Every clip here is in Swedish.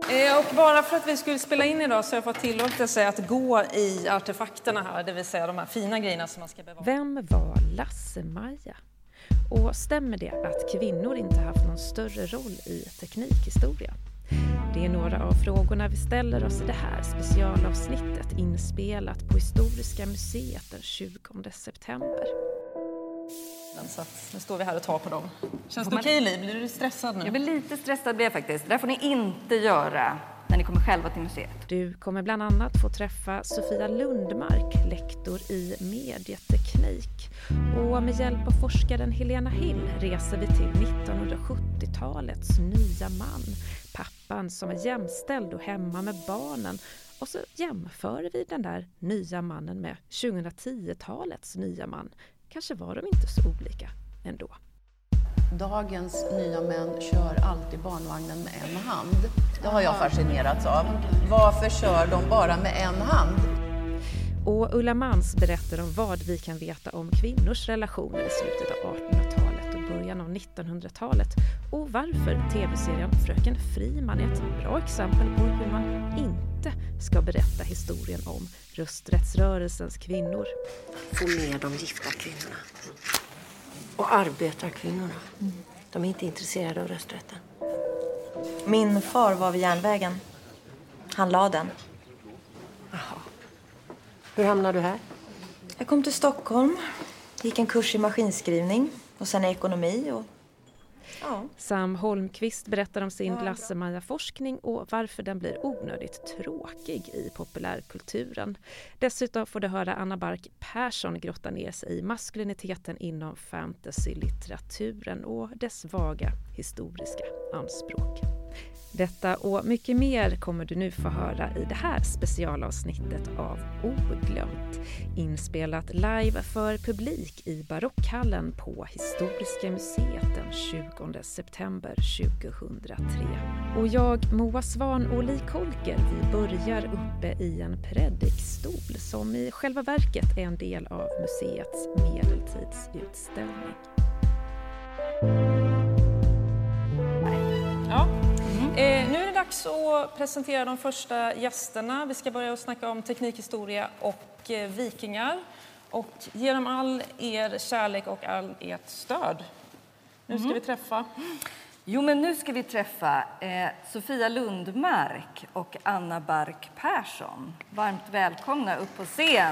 Och bara för att vi skulle spela in idag så har jag fått tillåtelse att gå i artefakterna här, det vill säga de här fina grejerna som man ska bevara. Vem var Lasse-Maja? Och stämmer det att kvinnor inte haft någon större roll i teknikhistoria? Det är några av frågorna vi ställer oss i det här specialavsnittet inspelat på Historiska museet den 20 september. Så att nu står vi här och tar på dem. Känns det okej, Liv? Blir du stressad nu? Jag blir lite stressad blir jag faktiskt. Det där får ni inte göra när ni kommer själva till museet. Du kommer bland annat få träffa Sofia Lundmark, lektor i medieteknik. Och med hjälp av forskaren Helena Hill reser vi till 1970-talets nya man. Pappan som är jämställd och hemma med barnen. Och så jämför vi den där nya mannen med 2010-talets nya man. Kanske var de inte så olika ändå. Dagens nya män kör alltid barnvagnen med en hand. Det har jag fascinerats av. Varför kör de bara med en hand? Och Ulla Mans berättar om vad vi kan veta om kvinnors relationer i slutet av 1800-talet och början av 1900-talet. Och varför tv-serien Fröken Friman är ett bra exempel på hur man inte ska berätta historien om rösträttsrörelsens kvinnor. Få ner de gifta kvinnorna. Och arbetarkvinnorna. De är inte intresserade av rösträtten. Min far var vid järnvägen. Han la den. Jaha. Hur hamnade du här? Jag kom till Stockholm. Gick en kurs i maskinskrivning. Och sen i ekonomi. Ja. Sam Holmqvist berättar om sin Lasse-Maja-forskning och varför den blir onödigt tråkig i populärkulturen. Dessutom får du höra Anna Bark Persson grotta ner sig i maskuliniteten inom fantasy-litteraturen och dess vaga historiska anspråk. Detta och mycket mer kommer du nu få höra i det här specialavsnittet av Oglömt. Inspelat live för publik i Barockhallen på Historiska museet den 20 september 2003. Och jag, Moa Svan och Li Kolker, vi börjar uppe i en predikstol som i själva verket är en del av museets medeltidsutställning. Ja. Nu är det dags att presentera de första gästerna. Vi ska börja att snacka om teknikhistoria och vikingar. Och ge dem all er kärlek och all ert stöd. Nu ska vi träffa... Jo, men nu ska vi träffa Sofia Lundmark och Anna Bark Persson. Varmt välkomna upp på scen.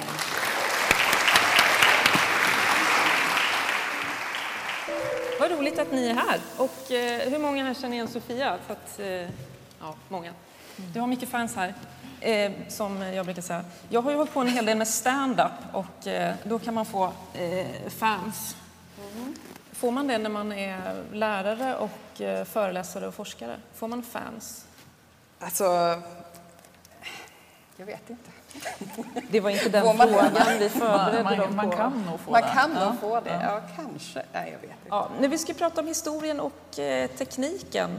Vad roligt att ni är här. Och hur många här känner igen Sofia? För att, ja, många. Du har mycket fans här, som jag brukar säga. Jag har ju hållit på en hel del med stand-up och då kan man få fans. Får man det när man är lärare och föreläsare och forskare? Får man fans? Alltså, jag vet inte. Det var inte den frågan vi förberedde dem på. Man kan nog få det. Man kan nog få det, ja kanske. Nej, jag vet inte. Ja, när vi ska prata om historien och tekniken.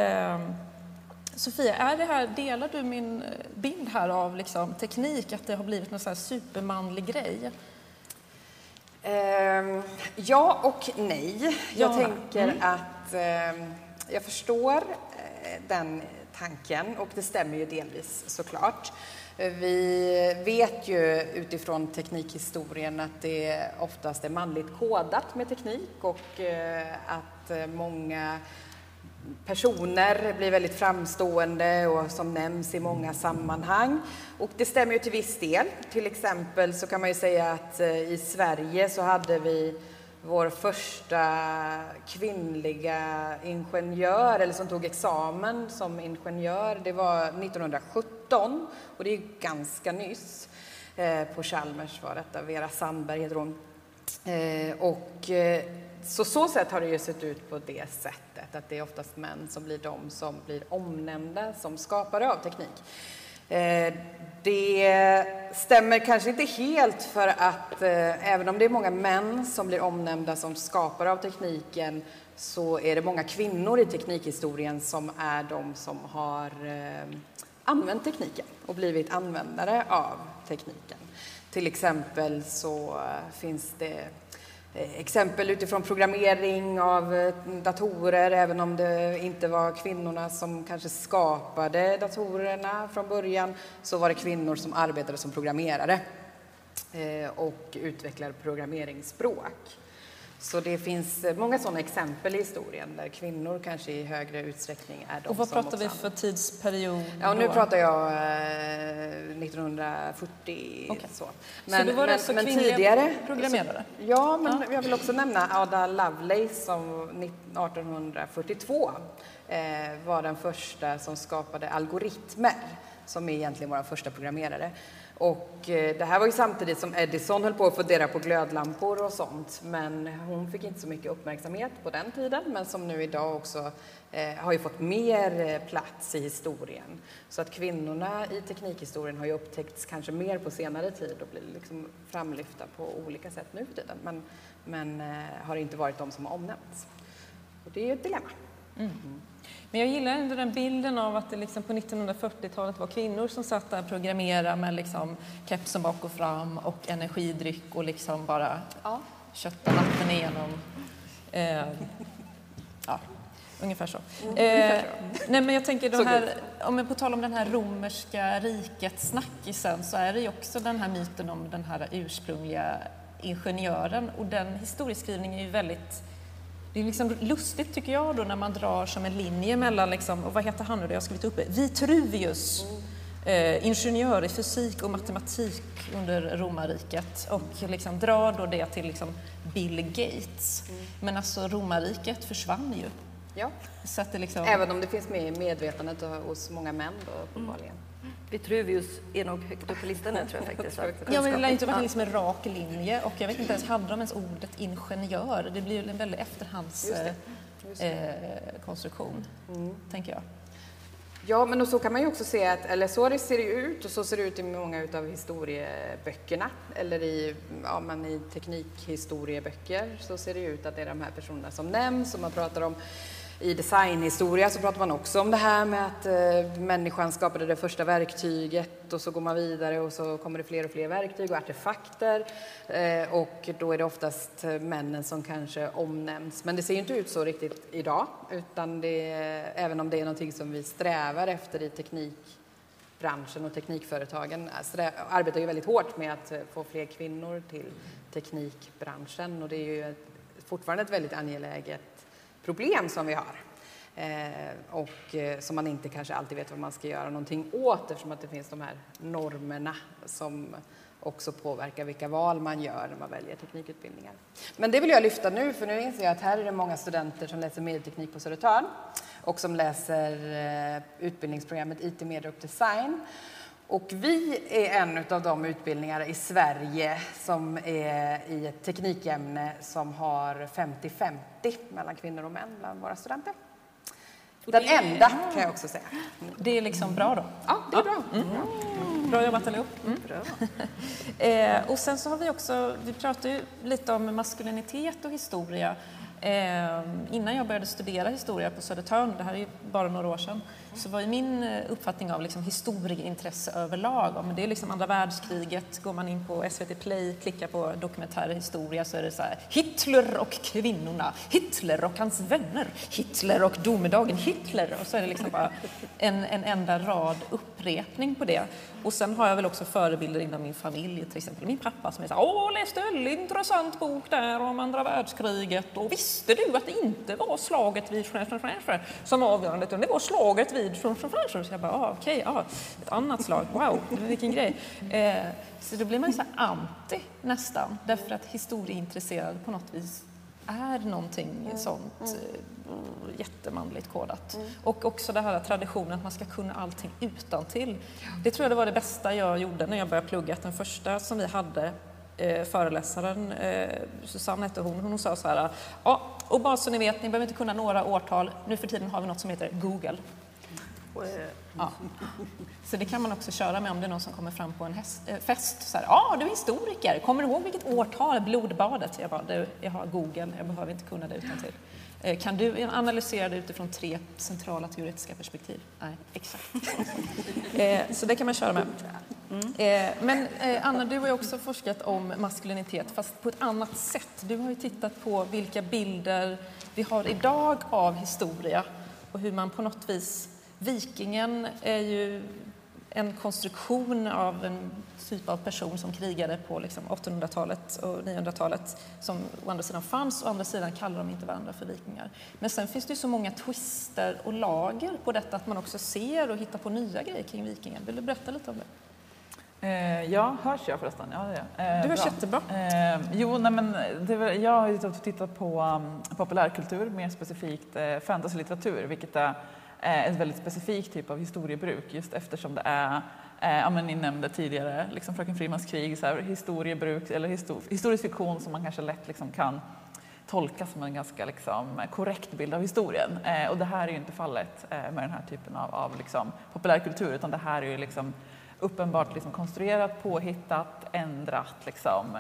Sofia, delar du min bild här av liksom, teknik? Att det har blivit någon så här supermanlig grej? Ja och nej. Jag tänker att jag förstår den tanken och det stämmer ju delvis såklart. Vi vet ju utifrån teknikhistorien att det oftast är manligt kodat med teknik och att många personer blir väldigt framstående och som nämns i många sammanhang. Och det stämmer ju till viss del. Till exempel så kan man ju säga att i Sverige så hade vi vår första kvinnliga ingenjör, eller som tog examen som ingenjör. Det var 1917 och det är ganska nyss. På Chalmers var detta, Vera Sandberg heter hon. Och så sätt har det ju sett ut på det sättet, att det är oftast män som blir de som blir omnämnda som skapare av teknik. Det stämmer kanske inte helt för att även om det är många män som blir omnämnda som skapare av tekniken så är det många kvinnor i teknikhistorien som är de som har använt tekniken och blivit användare av tekniken. Till exempel så finns det exempel utifrån programmering av datorer, även om det inte var kvinnorna som kanske skapade datorerna från början, så var det kvinnor som arbetade som programmerare och utvecklade programmeringsspråk. Så det finns många sådana exempel i historien där kvinnor kanske i högre utsträckning är de. Och vad som pratar vi för tidsperiod? Ja, nu pratar jag 1940. Okay. Så då var det alltså kvinnliga tidigare programmerare? Ja, men jag vill också nämna Ada Lovelace som 1842 var den första som skapade algoritmer, som är egentligen vår första programmerare. Och det här var ju samtidigt som Edison höll på att fundera på glödlampor och sånt, men hon fick inte så mycket uppmärksamhet på den tiden, men som nu idag också har ju fått mer plats i historien. Så att kvinnorna i teknikhistorien har ju upptäckts kanske mer på senare tid och blir liksom framlyfta på olika sätt nu för tiden, men har inte varit de som har omnämnts. Och det är ju ett dilemma. Men jag gillar ändå den bilden av att det liksom på 1940-talet var kvinnor som satt där och programmerade med liksom kepsen bak och fram och energidryck och liksom bara kötta natten igenom. Ungefär så. Nej, men jag tänker då här, på tal om den här romerska rikets snackisen, så är det ju också den här myten om den här ursprungliga ingenjören, och den historieskrivningen är ju väldigt... Det är liksom lustigt tycker jag då när man drar som en linje mellan, liksom, och vad heter han nu det jag har skrivit upp? Vitruvius, ingenjör i fysik och matematik under romarriket, och liksom drar då det till liksom Bill Gates. Men alltså romarriket försvann ju. Ja, så att det liksom... även om det finns med i medvetandet hos många män då uppenbarligen. Vitruvius är nog högt upp på listan nu, tror jag faktiskt. Ja, men det lär inte vara liksom en rak linje, och jag vet inte ens, hade de ens ordet ingenjör? Det blir ju en väldigt efterhandskonstruktion, tänker jag. Ja, men och så kan man ju också se att, eller så ser det ut, och så ser det ut i många av historieböckerna, eller i teknikhistorieböcker, så ser det ut att det är de här personerna som nämns, och man pratar om i designhistoria så pratar man också om det här med att människan skapade det första verktyget, och så går man vidare och så kommer det fler och fler verktyg och artefakter, och då är det oftast männen som kanske omnämns. Men det ser ju inte ut så riktigt idag, utan även om det är någonting som vi strävar efter i teknikbranschen, och teknikföretagen arbetar ju väldigt hårt med att få fler kvinnor till teknikbranschen, och det är ju fortfarande ett väldigt angeläget problem som vi har, och som man inte kanske alltid vet vad man ska göra någonting åt, eftersom att det finns de här normerna som också påverkar vilka val man gör när man väljer teknikutbildningar. Men det vill jag lyfta nu, för nu inser jag att här är det många studenter som läser medieteknik på Södertörn och som läser utbildningsprogrammet IT, media och design. Och vi är en av de utbildningar i Sverige som är i ett teknikämne som har 50-50 mellan kvinnor och män bland våra studenter. Den enda, kan jag också säga. Det är liksom bra då? Ja, det är bra. Bra jobbat allihop. Bra. Och sen så har vi pratar ju lite om maskulinitet och historia. Innan jag började studera historia på Södertörn, det här är ju bara några år sedan, så var ju min uppfattning av liksom historieintresse överlag, men det är liksom andra världskriget. Går man in på SVT Play, klickar på dokumentär historia, så är det så här: Hitler och kvinnorna, Hitler och hans vänner, Hitler och domedagen Hitler, och så är det liksom bara en enda rad upprepning på det. Och sen har jag väl också förebilder inom min familj, till exempel min pappa som är så här: läste en intressant bok där om andra världskriget, och visste du att det inte var slaget vid som var avgörande, utan det var slaget vid så jag bara, ett annat slag, wow, vilken grej. Så då blir man så här anti nästan, därför att historieintresserad på något vis är någonting sånt jättemanligt kodat. Och också det här traditionen att man ska kunna allting utantill. Det tror jag det var det bästa jag gjorde när jag började plugga. Den första som vi hade, föreläsaren, Susanne hette hon sa så här: och bara så ni vet, ni behöver inte kunna några årtal. Nu för tiden har vi något som heter Google. Ja. Så det kan man också köra med om det är någon som kommer fram på en fest. Så här, du är historiker, kommer du ihåg vilket årtal blodbadet? Jag har Google, jag behöver inte kunna det utantill. Kan du analysera det utifrån 3 centrala teoretiska perspektiv? Nej, exakt. Så det kan man köra med. Men Anna, du har ju också forskat om maskulinitet, fast på ett annat sätt. Du har ju tittat på vilka bilder vi har idag av historia och hur man på något vis... Vikingen är ju en konstruktion av en typ av person som krigade på liksom 1800-talet och 900-talet som å andra sidan fanns, och å andra sidan kallar de inte varandra för vikingar. Men sen finns det ju så många twister och lager på detta att man också ser och hittar på nya grejer kring vikingen. Vill du berätta lite om det? Ja, hörs jag förresten? Ja, det är. Du hörs jättebra. Jag har ju tittat på populärkultur, mer specifikt fantasylitteratur, vilket är ett väldigt specifikt typ av historiebruk, just eftersom det är, ni nämnde tidigare, liksom Fröken Frimans krig, så här, historiebruk eller historisk fiktion som man kanske lätt liksom kan tolka som en ganska liksom korrekt bild av historien. Och det här är ju inte fallet med den här typen av liksom populärkultur, utan det här är ju liksom uppenbart liksom konstruerat, påhittat, ändrat liksom.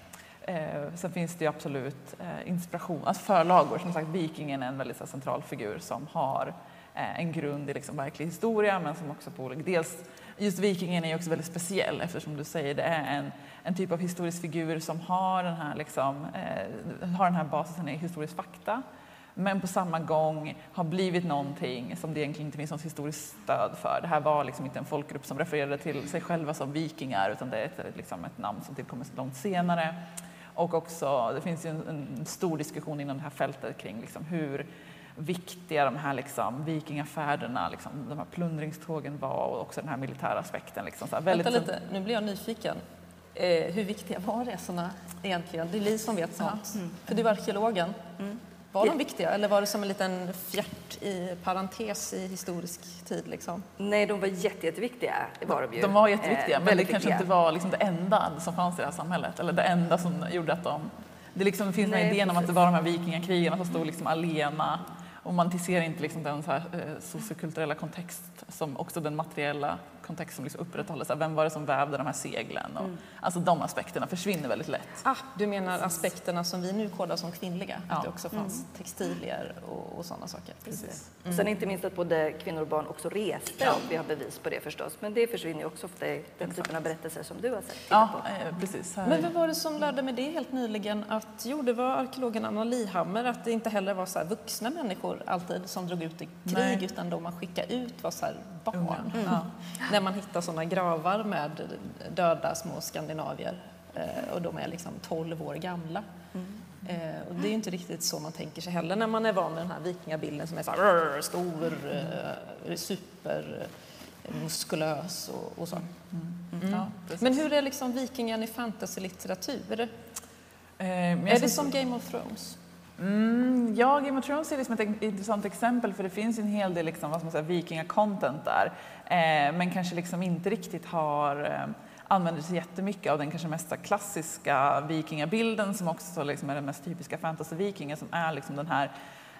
Sen finns det ju absolut inspiration, alltså förlagor. Som sagt, vikingen är en väldigt central figur som har en grund i liksom verklig historia, men som också på dels just vikingen är ju också väldigt speciell, eftersom du säger det är en typ av historisk figur som har den här liksom, har den här basen i historisk fakta, men på samma gång har blivit någonting som det egentligen inte finns något historiskt stöd för. Det här var liksom inte en folkgrupp som refererade till sig själva som vikingar, utan det är ett namn som tillkommer långt senare. Och också, det finns ju en stor diskussion inom det här fältet kring liksom hur viktiga de här liksom vikingafärderna, liksom, de här plundringstågen var, och också den här militära aspekten. Liksom, så här, Vänta lite, nu blir jag nyfiken. Hur viktiga var resorna egentligen? Det är Li som vet sånt. För du är arkeologen. Var de viktiga, eller var det som en liten fjärt i parentes i historisk tid? Liksom? Nej, de var jätteviktiga. De var jätteviktiga, men det kanske inte var liksom det enda som fanns i det här samhället. Eller det enda som gjorde att de... Det liksom finns den här idén om att det var de här vikingakrigarna som stod liksom alena. Och man ser inte liksom den så här, sociokulturella kontext, som också den materiella kontext som liksom upprätthålls. Vem var det som vävde de här seglen? Och, alltså de aspekterna försvinner väldigt lätt. Du menar aspekterna som vi nu kodar som kvinnliga? Ja. Att det också fanns textilier och sådana saker? Precis. Sen inte minst att både kvinnor och barn också reste, och vi har bevis på det förstås. Men det försvinner ju också ofta i den typen av berättelser som du har sett. Precis. Men vad var det som lärde mig det helt nyligen? Att, det var arkeologen Anna Lihammer, att det inte heller var så här vuxna människor alltid som drog ut i krig, utan de man skickade ut var så här barn. När man hittar sådana gravar med döda små skandinavier, och de är liksom 12 år gamla. Och det är ju inte riktigt så man tänker sig heller när man är van med den här vikingabilden som är så här stor, super muskulös och så. Men hur är liksom vikingen i fantasylitteratur? Är det som Game of Thrones? Ja, Game of Thrones är liksom ett intressant exempel, för det finns en hel del liksom, vad ska man säga, vikingacontent där, men kanske liksom inte riktigt använder sig jättemycket av den kanske mest klassiska vikingabilden, som också liksom är den mest typiska fantasy-vikingen, som är liksom den här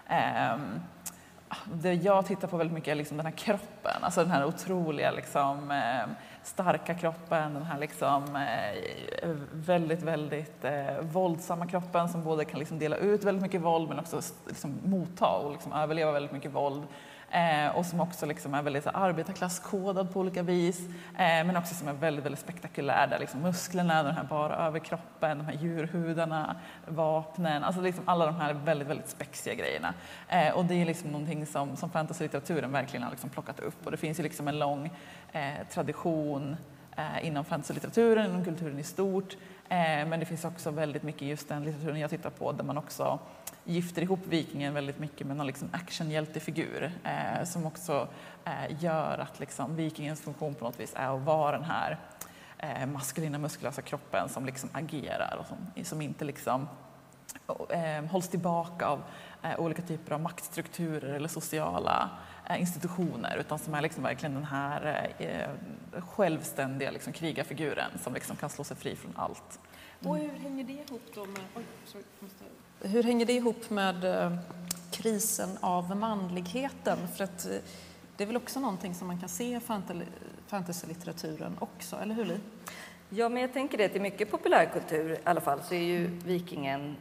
det jag tittar på väldigt mycket är liksom den här kroppen, alltså den här otroliga liksom, starka kroppen, den här liksom, väldigt, väldigt våldsamma kroppen som både kan liksom dela ut väldigt mycket våld, men också liksom motta och liksom överleva väldigt mycket våld. Och som också liksom är väldigt arbetarklasskodad på olika vis, men också som är väldigt, väldigt spektakulär, där liksom musklerna, den här bara överkroppen, de här djurhudarna, vapnen, alltså liksom alla de här väldigt, väldigt spexiga grejerna. Och det är liksom någonting som fantasylitteraturen verkligen har liksom plockat upp, och det finns ju liksom en lång tradition inom fantasylitteraturen, inom kulturen i stort, men det finns också väldigt mycket just den litteraturen jag tittar på, där man också gifter ihop vikingen väldigt mycket med någon liksom actionhjältefigur, som också gör att liksom vikingens funktion på något vis är att vara den här maskulina muskulösa kroppen som liksom agerar och som inte liksom hålls tillbaka av olika typer av maktstrukturer eller sociala institutioner, utan som är liksom verkligen den här självständiga liksom krigarfiguren som liksom kan slå sig fri från allt. Och hur hänger det ihop då med, hur hänger det ihop med krisen av manligheten? För att det är väl också någonting som man kan se i fantasylitteraturen också, eller hur Li? Ja, men jag tänker det att i mycket populärkultur i alla fall så är ju vikingen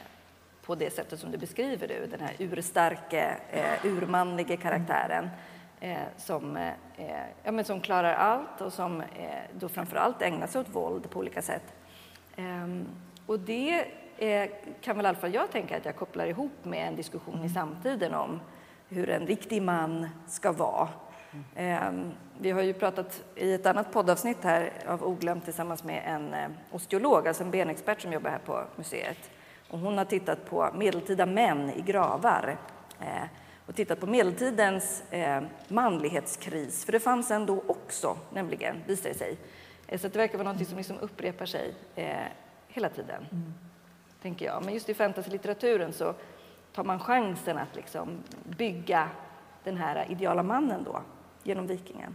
på det sättet som du beskriver, den här urstarke, urmanliga karaktären. som klarar allt och som då framförallt ägnar sig åt våld på olika sätt. Och det kan väl i alla fall jag tänka att jag kopplar ihop med en diskussion i samtiden om hur en riktig man ska vara. Vi har ju pratat i ett annat poddavsnitt här av Oglömt tillsammans med en osteolog, alltså en benexpert som jobbar här på museet. Och hon har tittat på medeltida män i gravar och tittat på medeltidens manlighetskris. För det fanns en då också, nämligen, visar det sig. Så det verkar vara något som liksom upprepar sig hela tiden, tänker jag. Men just i fantasy-litteraturen så tar man chansen att liksom bygga den här ideala mannen då, genom vikingen.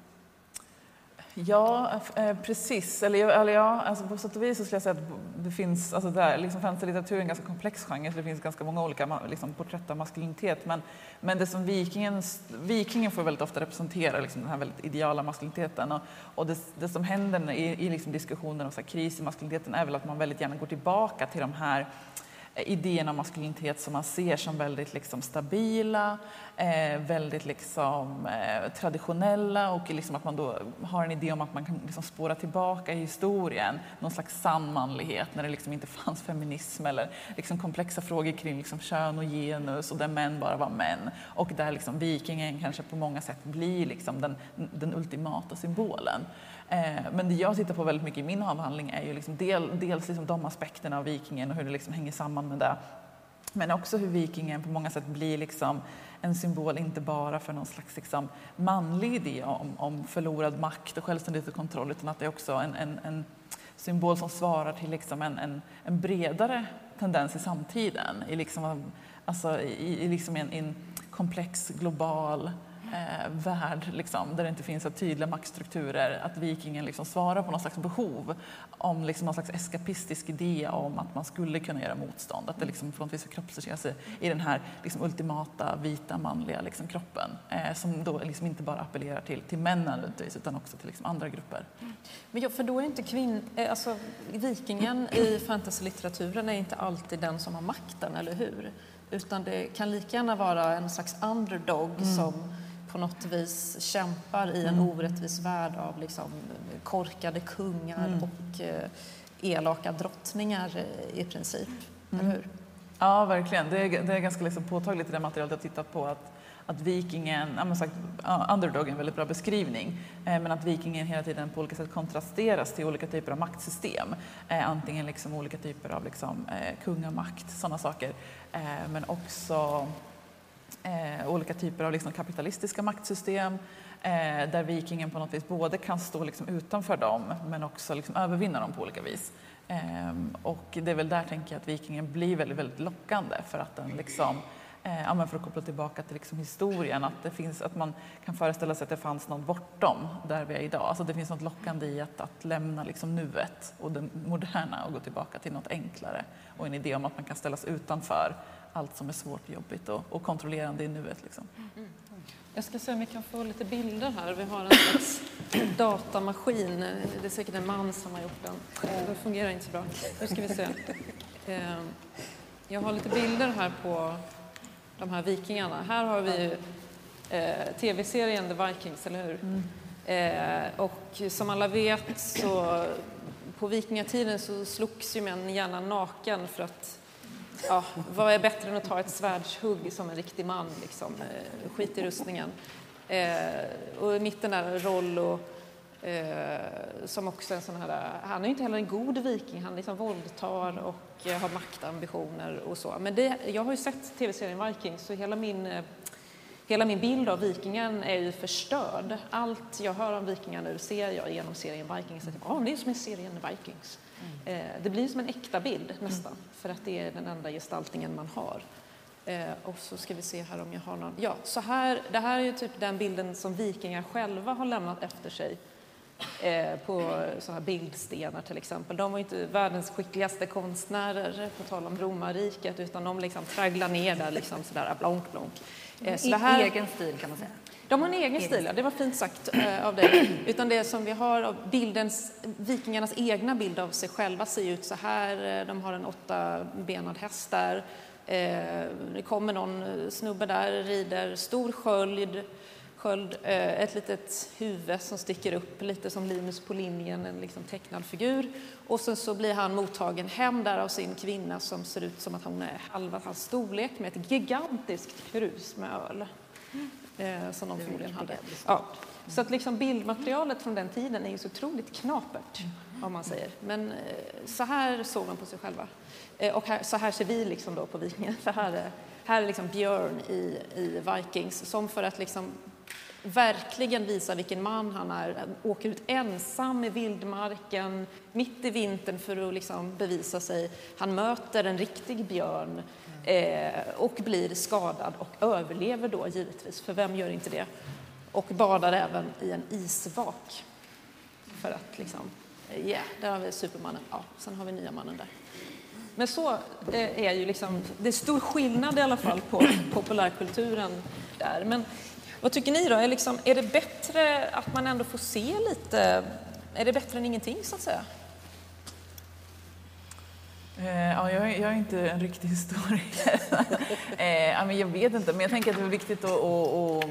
Ja, precis. Alltså på sätt och vis så skulle jag säga att det finns, alltså där, liksom fantasy-litteratur är en ganska komplex genre, så det finns ganska många olika liksom, porträtt av maskulinitet. Men det som vikingen får väldigt ofta representera liksom, den här väldigt ideala maskuliniteten. Och det som händer i liksom, diskussioner om så här, kris i maskuliniteten är väl att man väldigt gärna går tillbaka till de här idéerna om maskulinitet som man ser som väldigt liksom stabila, väldigt liksom traditionella, och liksom att man då har en idé om att man kan liksom spåra tillbaka i historien någon slags sann manlighet när det liksom inte fanns feminism eller liksom komplexa frågor kring liksom kön och genus och där män bara var män, och där liksom vikingen kanske på många sätt blir liksom den ultimata symbolen. Men det jag tittar på väldigt mycket i min avhandling är ju liksom dels liksom de aspekterna av vikingen och hur det liksom hänger samman med det. Men också hur vikingen på många sätt blir liksom en symbol inte bara för någon slags liksom manlig idé om förlorad makt och självständighet och kontroll, utan att det är också en symbol som svarar till liksom en bredare tendens i samtiden. I liksom, alltså i liksom en komplex global värld liksom, där det inte finns så tydliga maktstrukturer, att vikingen liksom svarar på någon slags behov om liksom någon slags eskapistisk idé om att man skulle kunna göra motstånd, att det liksom från vissa kroppsliga sig i den här liksom ultimata vita manliga liksom kroppen som då liksom inte bara appellerar till männen utan också till liksom andra grupper. Men för då är inte alltså vikingen i fantasy-litteraturen är inte alltid den som har makten, eller hur? Utan det kan lika gärna vara en slags underdog som på något vis kämpar i en orättvis värld av liksom korkade kungar och elaka drottningar i princip, eller hur? Ja, verkligen. Det är ganska liksom påtagligt i det materialet jag tittat på att vikingen, underdog är en väldigt bra beskrivning, men att vikingen hela tiden på olika sätt kontrasteras till olika typer av maktsystem. Antingen liksom olika typer av liksom, kungamakt, sådana saker, men också olika typer av liksom kapitalistiska maktsystem där vikingen på något vis både kan stå liksom utanför dem men också liksom övervinna dem på olika vis. Och det är väl där tänker jag att vikingen blir väldigt, väldigt lockande, för att den liksom, för att koppla tillbaka till liksom historien, att man kan föreställa sig att det fanns något bortom där vi är idag. Alltså det finns något lockande i att lämna liksom nuet och det moderna och gå tillbaka till något enklare, och en idé om att man kan ställas utanför allt som är svårt och jobbigt och kontrollerande i nuet. Liksom. Jag ska se om vi kan få lite bilder här. Vi har en slags datamaskin. Det är säkert en man som har gjort den. Det fungerar inte så bra. Nu ska vi se. Jag har lite bilder här på de här vikingarna. Här har vi tv-serien The Vikings, eller hur? Och som alla vet så på vikingatiden så slogs ju män gärna naken för att vad är bättre än att ta ett svärdshugg som en riktig man, liksom, skit i rustningen. Och i mitten där Rollo, som också är en sån här, han är inte heller en god viking, han liksom våldtar och har maktambitioner och så. Men jag har ju sett tv-serien Vikings, så hela min bild av vikingen är ju förstörd. Allt jag hör om vikingar nu ser jag genom serien Vikings. Det är som en serien Vikings. Det blir som en äkta bild nästan, för att det är den enda gestaltningen man har. Och så ska vi se här om jag har någon. Ja, så här, det här är ju typ den bilden som vikingar själva har lämnat efter sig på sådana här bildstenar till exempel. De var inte världens skickligaste konstnärer på tal om romarriket, utan de liksom tragglar ner där liksom sådär blonk. Så det här, egen stil kan man säga. De har en egen stil, det var fint sagt av dig. Utan det som vi har av vikingarnas egna bild av sig själva ser ut så här. De har en 8-benad häst där. Det kommer någon snubbe där, rider stor sköld, ett litet huvud som sticker upp lite som Linus på linjen, en liksom tecknad figur. Och sen så blir han mottagen hem där av sin kvinna som ser ut som att hon är halva hans storlek med ett gigantiskt krus med öl. Som de förmodligen hade. Ja. Så att liksom bildmaterialet från den tiden är ju så otroligt knapert, om man säger. Men så här såg man på sig själva. Och så här ser vi liksom då på Vikingar. Så här är liksom Björn i Vikings, som för att liksom verkligen visa vilken man han är. Han åker ut ensam i vildmarken mitt i vintern för att liksom bevisa sig. Han möter en riktig björn och blir skadad och överlever då givetvis, för vem gör inte det? Och badar även i en isvak. För att liksom, där har vi Supermannen. Ja, sen har vi nya mannen där. Men så är ju liksom, det är stor skillnad i alla fall på populärkulturen där. Men vad tycker ni då? Är det bättre att man ändå får se lite, är det bättre än ingenting så att säga? Ja, jag är inte en riktig historiker. Men jag vet inte, men jag tänker att det är viktigt att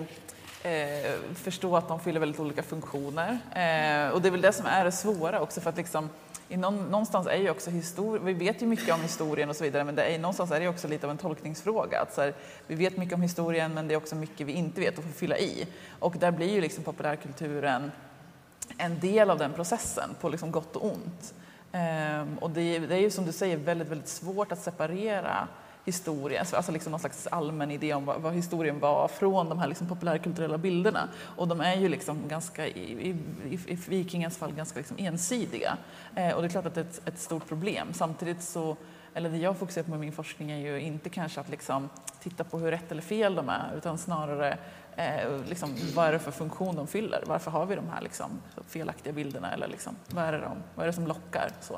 förstå att de fyller väldigt olika funktioner. Och det är väl det som är det svåra också, för att liksom, någonstans är ju också vi vet ju mycket om historien och så vidare, men någonstans är det också lite av en tolkningsfråga. Att så här, vi vet mycket om historien, men det är också mycket vi inte vet och får fylla i. Och där blir ju liksom populärkulturen en del av den processen på liksom gott och ont. Och det är ju som du säger väldigt, väldigt svårt att separera historien, alltså liksom någon slags allmän idé om vad historien var från de här liksom populärkulturella bilderna. Och de är ju liksom ganska, i Vikingens fall, ganska liksom ensidiga. Och det är klart att det är ett stort problem. Samtidigt så, eller det jag fokuserar på med min forskning är ju inte kanske att liksom titta på hur rätt eller fel de är, utan snarare liksom, vad är det för funktion de fyller? Varför har vi de här liksom felaktiga bilderna? Eller liksom, vad är det som lockar? Så.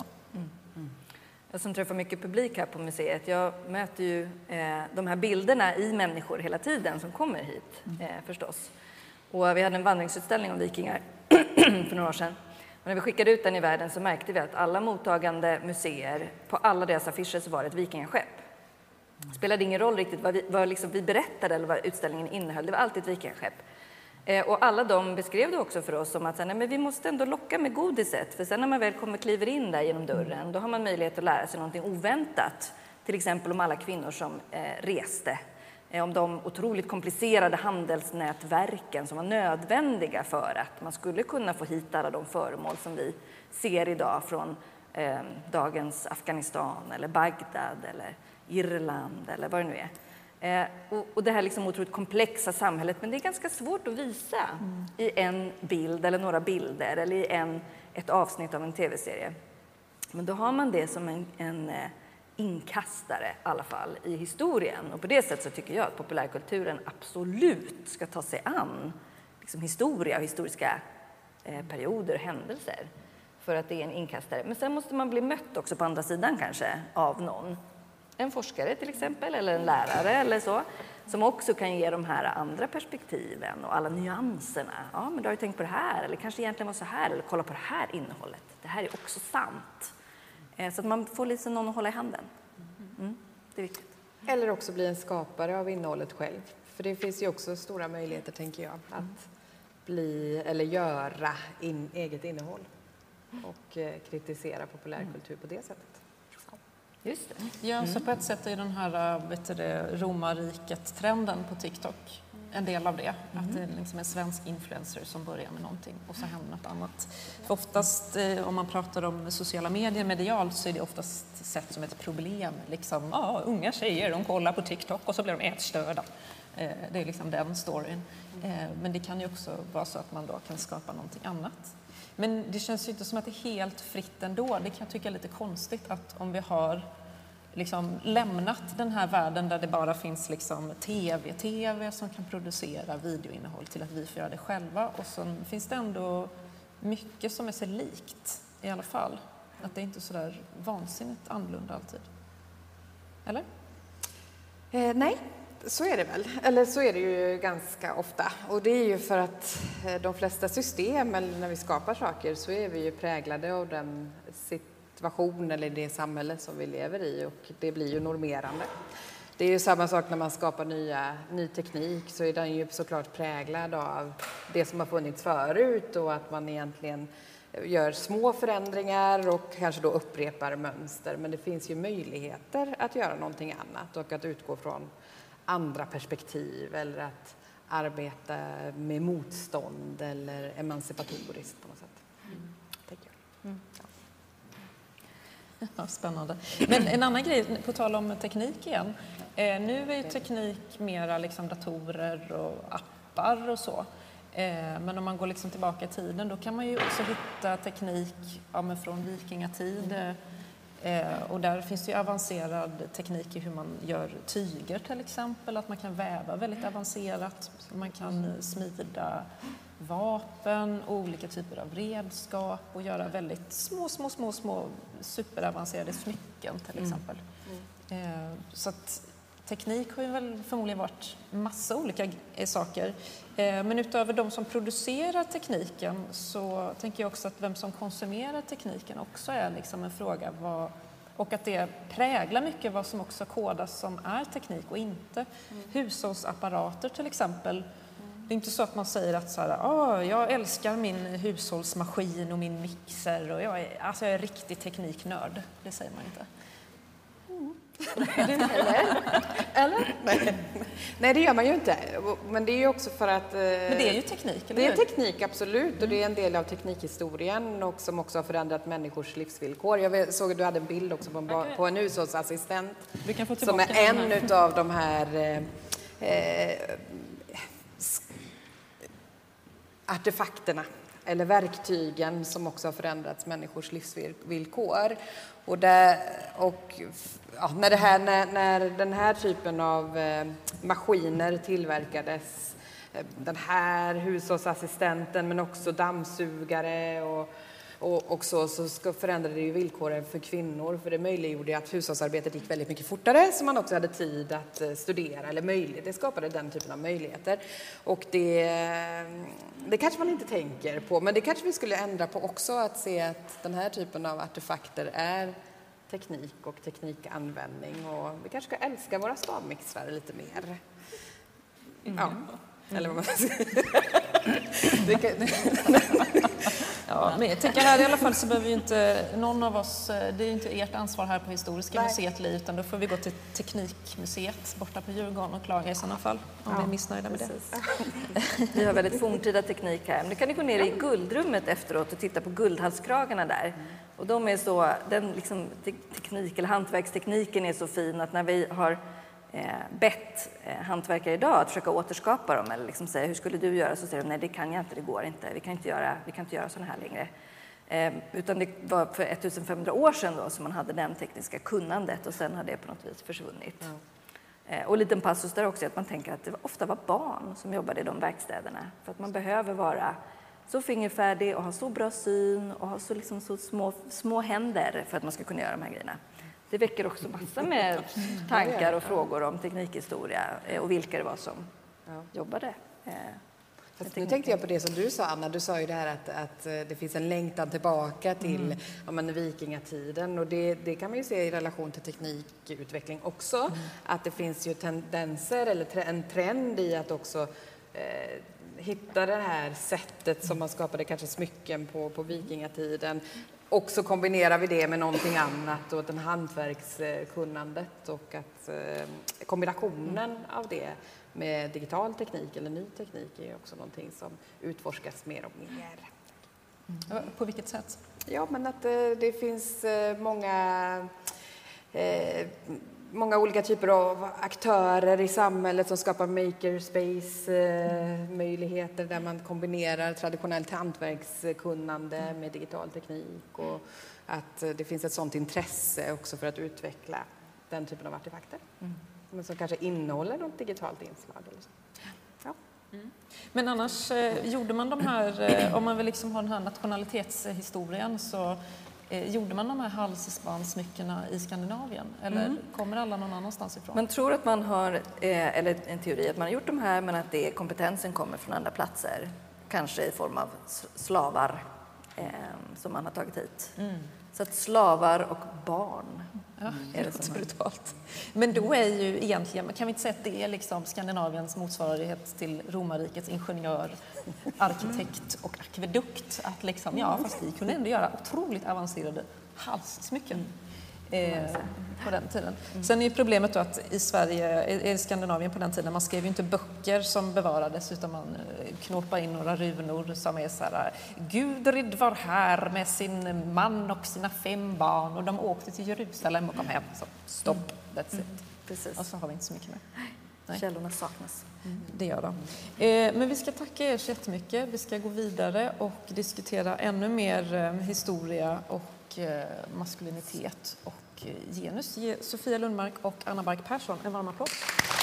Jag som träffar mycket publik här på museet, jag möter ju de här bilderna i människor hela tiden som kommer hit förstås. Och vi hade en vandringsutställning om vikingar för några år sedan. Och när vi skickade ut den i världen så märkte vi att alla mottagande museer, på alla deras affischer så var det ett vikingaskepp. Det spelade ingen roll riktigt vad liksom vi berättade eller vad utställningen innehöll, det var alltid ett vikingaskepp. Och alla de beskrev det också för oss som att nej, men vi måste ändå locka med godiset. För sen när man väl kliver in där genom dörren, då har man möjlighet att lära sig någonting oväntat. Till exempel om alla kvinnor som reste. Om de otroligt komplicerade handelsnätverken som var nödvändiga för att man skulle kunna få hit alla de föremål som vi ser idag från dagens Afghanistan eller Bagdad eller Irland eller vad det nu är. Och det här liksom otroligt komplexa samhället, men det är ganska svårt att visa i en bild eller några bilder eller i ett avsnitt av en tv-serie. Men då har man det som en inkastare i alla fall i historien, och på det sättet så tycker jag att populärkulturen absolut ska ta sig an liksom historia och historiska perioder och händelser, för att det är en inkastare. Men sen måste man bli mött också på andra sidan kanske av någon. En forskare till exempel, eller en lärare eller så, som också kan ge de här andra perspektiven och alla nyanserna. Ja, men du har ju tänkt på det här, eller kanske egentligen var så här, eller kolla på det här innehållet. Det här är också sant. Så att man får liksom någon att hålla i handen. Det är viktigt. Eller också bli en skapare av innehållet själv. För det finns ju också stora möjligheter, tänker jag, att bli eller göra eget innehåll och kritisera populärkultur på det sättet. Just det. Ja, så på ett sätt är den här romarriket-trenden på TikTok en del av det. Att det är liksom en svensk influencer som börjar med någonting och så händer något annat. För oftast om man pratar om sociala medier medialt så är det oftast sett som ett problem. Liksom, unga tjejer, de kollar på TikTok och så blir de ätstörda. Det är liksom den storyn. Men det kan ju också vara så att man då kan skapa någonting annat. Men det känns ju inte som att det är helt fritt ändå. Det kan jag tycka är lite konstigt att om vi har liksom lämnat den här världen där det bara finns liksom tv som kan producera videoinnehåll till att vi får göra det själva. Och så finns det ändå mycket som är så likt i alla fall. Att det är inte så där vansinnigt annorlunda alltid. Eller? Nej. Så är det väl, eller så är det ju ganska ofta. Och det är ju för att de flesta system, eller när vi skapar saker, så är vi ju präglade av den situation eller det samhälle som vi lever i, och det blir ju normerande. Det är ju samma sak när man skapar ny teknik, så är den ju såklart präglad av det som har funnits förut och att man egentligen gör små förändringar och kanske då upprepar mönster. Men det finns ju möjligheter att göra någonting annat och att utgå från andra perspektiv eller att arbeta med motstånd eller emancipatoriskt på något sätt. Tänker jag. Ja, spännande. Men en annan grej, på tal om teknik igen. Nu är ju teknik mera liksom datorer och appar och så. Men om man går liksom tillbaka i tiden, då kan man ju också hitta teknik från vikingatid. Och där finns det ju avancerad teknik i hur man gör tyger till exempel. Att man kan väva väldigt avancerat. Man kan smida vapen, olika typer av redskap och göra väldigt små superavancerade smycken till exempel. Så att teknik har ju väl förmodligen varit massa olika saker. Men utöver de som producerar tekniken så tänker jag också att vem som konsumerar tekniken också är liksom en fråga. Och att det präglar mycket vad som också kodas som är teknik och inte. Hushållsapparater till exempel. Det är inte så att man säger att jag älskar min hushållsmaskin och min mixer och jag är riktig tekniknörd. Det säger man inte. Eller? Nej, det gör man ju inte. Men det är ju också för att... Men det är ju teknik, eller det är teknik, absolut. Och det är en del av teknikhistorien och som också har förändrat människors livsvillkor. Jag såg att du hade en bild också på en hushållsassistent. Du kan få som är en av de här artefakterna eller verktygen som också har förändrats människors livsvillkor. När den här typen av maskiner tillverkades, den här hushållsassistenten men också dammsugare och så förändrade det ju villkoren för kvinnor, för det möjliggjorde att hushållsarbetet gick väldigt mycket fortare så man också hade tid att studera eller det skapade den typen av möjligheter. Och det kanske man inte tänker på, men det kanske vi skulle ändra på också, att se att den här typen av artefakter är teknik och teknikanvändning och vi kanske ska älska våra stavmixrar lite mer. Ja, eller vad man ska säga. Ja, men jag tänker här i alla fall så behöver ju inte någon av oss, det är ju inte ert ansvar här på Historiska museet, utan då får vi gå till Teknikmuseet borta på Djurgården och klaga i sådana fall, om vi är missnöjda med det. Vi har väldigt forntida teknik här. Nu kan ni gå ner i guldrummet efteråt och titta på guldhalskragarna där. Och de är så, den liksom teknik eller hantverkstekniken är så fin att när vi har bett hantverkare idag att försöka återskapa dem eller liksom säga hur skulle du göra, så säger de nej, det kan jag inte, det går inte, vi kan inte göra sådana här längre. Utan det var för 1500 år sedan då som man hade den tekniska kunnandet och sen har det på något vis försvunnit. Och en liten passus där också att man tänker att det ofta var barn som jobbade i de verkstäderna, för att man behöver vara så fingerfärdig och ha så bra syn och ha så, liksom, så små händer för att man ska kunna göra de här grejerna. Det väcker också massor med tankar och frågor om teknikhistoria och vilka det var som jobbade. Nu tänkte jag på det som du sa, Anna. Du sa ju det här att det finns en längtan tillbaka till vikingatiden. Och det kan man ju se i relation till teknikutveckling också. Att det finns ju tendenser eller en trend i att också hitta det här sättet som man skapade kanske smycken på vikingatiden. Och så kombinerar vi det med någonting annat och den hantverkskunnandet och att kombinationen av det med digital teknik eller ny teknik är också någonting som utforskas mer och mer. På vilket sätt? Ja, men att det finns många olika typer av aktörer i samhället som skapar makerspace-möjligheter där man kombinerar traditionellt hantverkskunnande med digital teknik och att det finns ett sådant intresse också för att utveckla den typen av artefakter. Men som kanske innehåller något digitalt inslag. Eller så. Ja. Men annars gjorde man de här, om man vill liksom ha den här nationalitetshistorien, så gjorde man de här halsbandsmyckena i Skandinavien? Eller kommer alla någon annanstans ifrån? Man tror att man har, eller en teori att man har gjort de här, men att kompetensen kommer från andra platser. Kanske i form av slavar som man har tagit hit. Så att slavar och barn Ja, det är så brutalt. Men då är ju egentligen, kan vi inte säga att det är liksom Skandinaviens motsvarighet till romarrikets ingenjör, arkitekt och akvedukt? Att liksom, ja, fast vi kunde ändå göra otroligt avancerade halssmycken på den tiden. Sen är ju problemet då att i Sverige, i Skandinavien på den tiden, man skrev ju inte böcker som bevarades utan man knåpar in några runor som är så här: Gudrid var här med sin man och sina 5 barn och de åkte till Jerusalem och kom hem. Så stopp, that's it. Precis. Och så har vi inte så mycket mer. Nej. Källorna saknas. Det gör de. Men vi ska tacka er så jättemycket. Vi ska gå vidare och diskutera ännu mer historia och maskulinitet och genus. Ge Sofia Lundmark och Anna Bark Persson en varm applåd.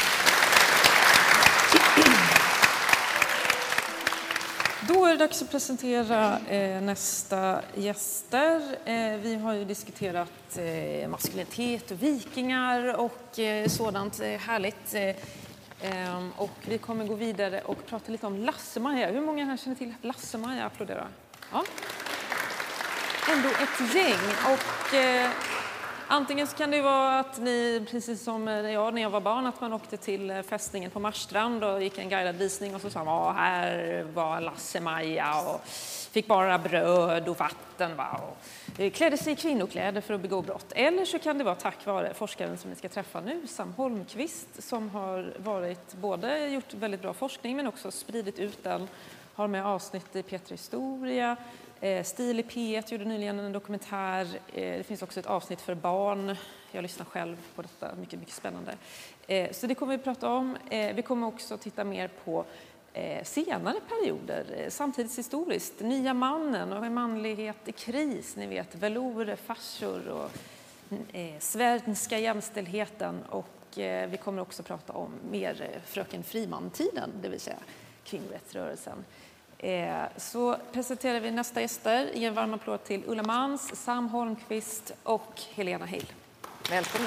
Då är det dags att presentera nästa gäster. Vi har ju diskuterat maskulinitet och vikingar och sådant härligt. Och vi kommer gå vidare och prata lite om Lasse-Maja. Hur många här känner till Lasse-Maja? Applådera. Ja. Ändå ett gäng. Och antingen så kan det vara att ni, precis som jag när jag var barn, att man åkte till fästningen på Marstrand och gick en guidad visning och så sa man, här var Lasse-Maja och fick bara bröd och vatten och klädde sig i kvinnokläder för att begå brott. Eller så kan det vara tack vare forskaren som ni ska träffa nu, Sam Holmqvist, som har både gjort väldigt bra forskning men också spridit ut den, har med avsnitt i P3 Historia. Stil i P1 gjorde nyligen en dokumentär. Det finns också ett avsnitt för barn. Jag lyssnar själv på detta, mycket, mycket spännande. Så det kommer vi prata om. Vi kommer också titta mer på senare perioder, samtidshistoriskt. Nya mannen och manlighet i kris, ni vet, velour, farsor och svenska jämställdheten. Och vi kommer också prata om mer fröken Friman-tiden, det vill säga kvinnorättsrörelsen. Så presenterar vi nästa gäster. Ge en varm applåd till Ulla Mans, Sam Holmqvist och Helena Hill. Välkomna.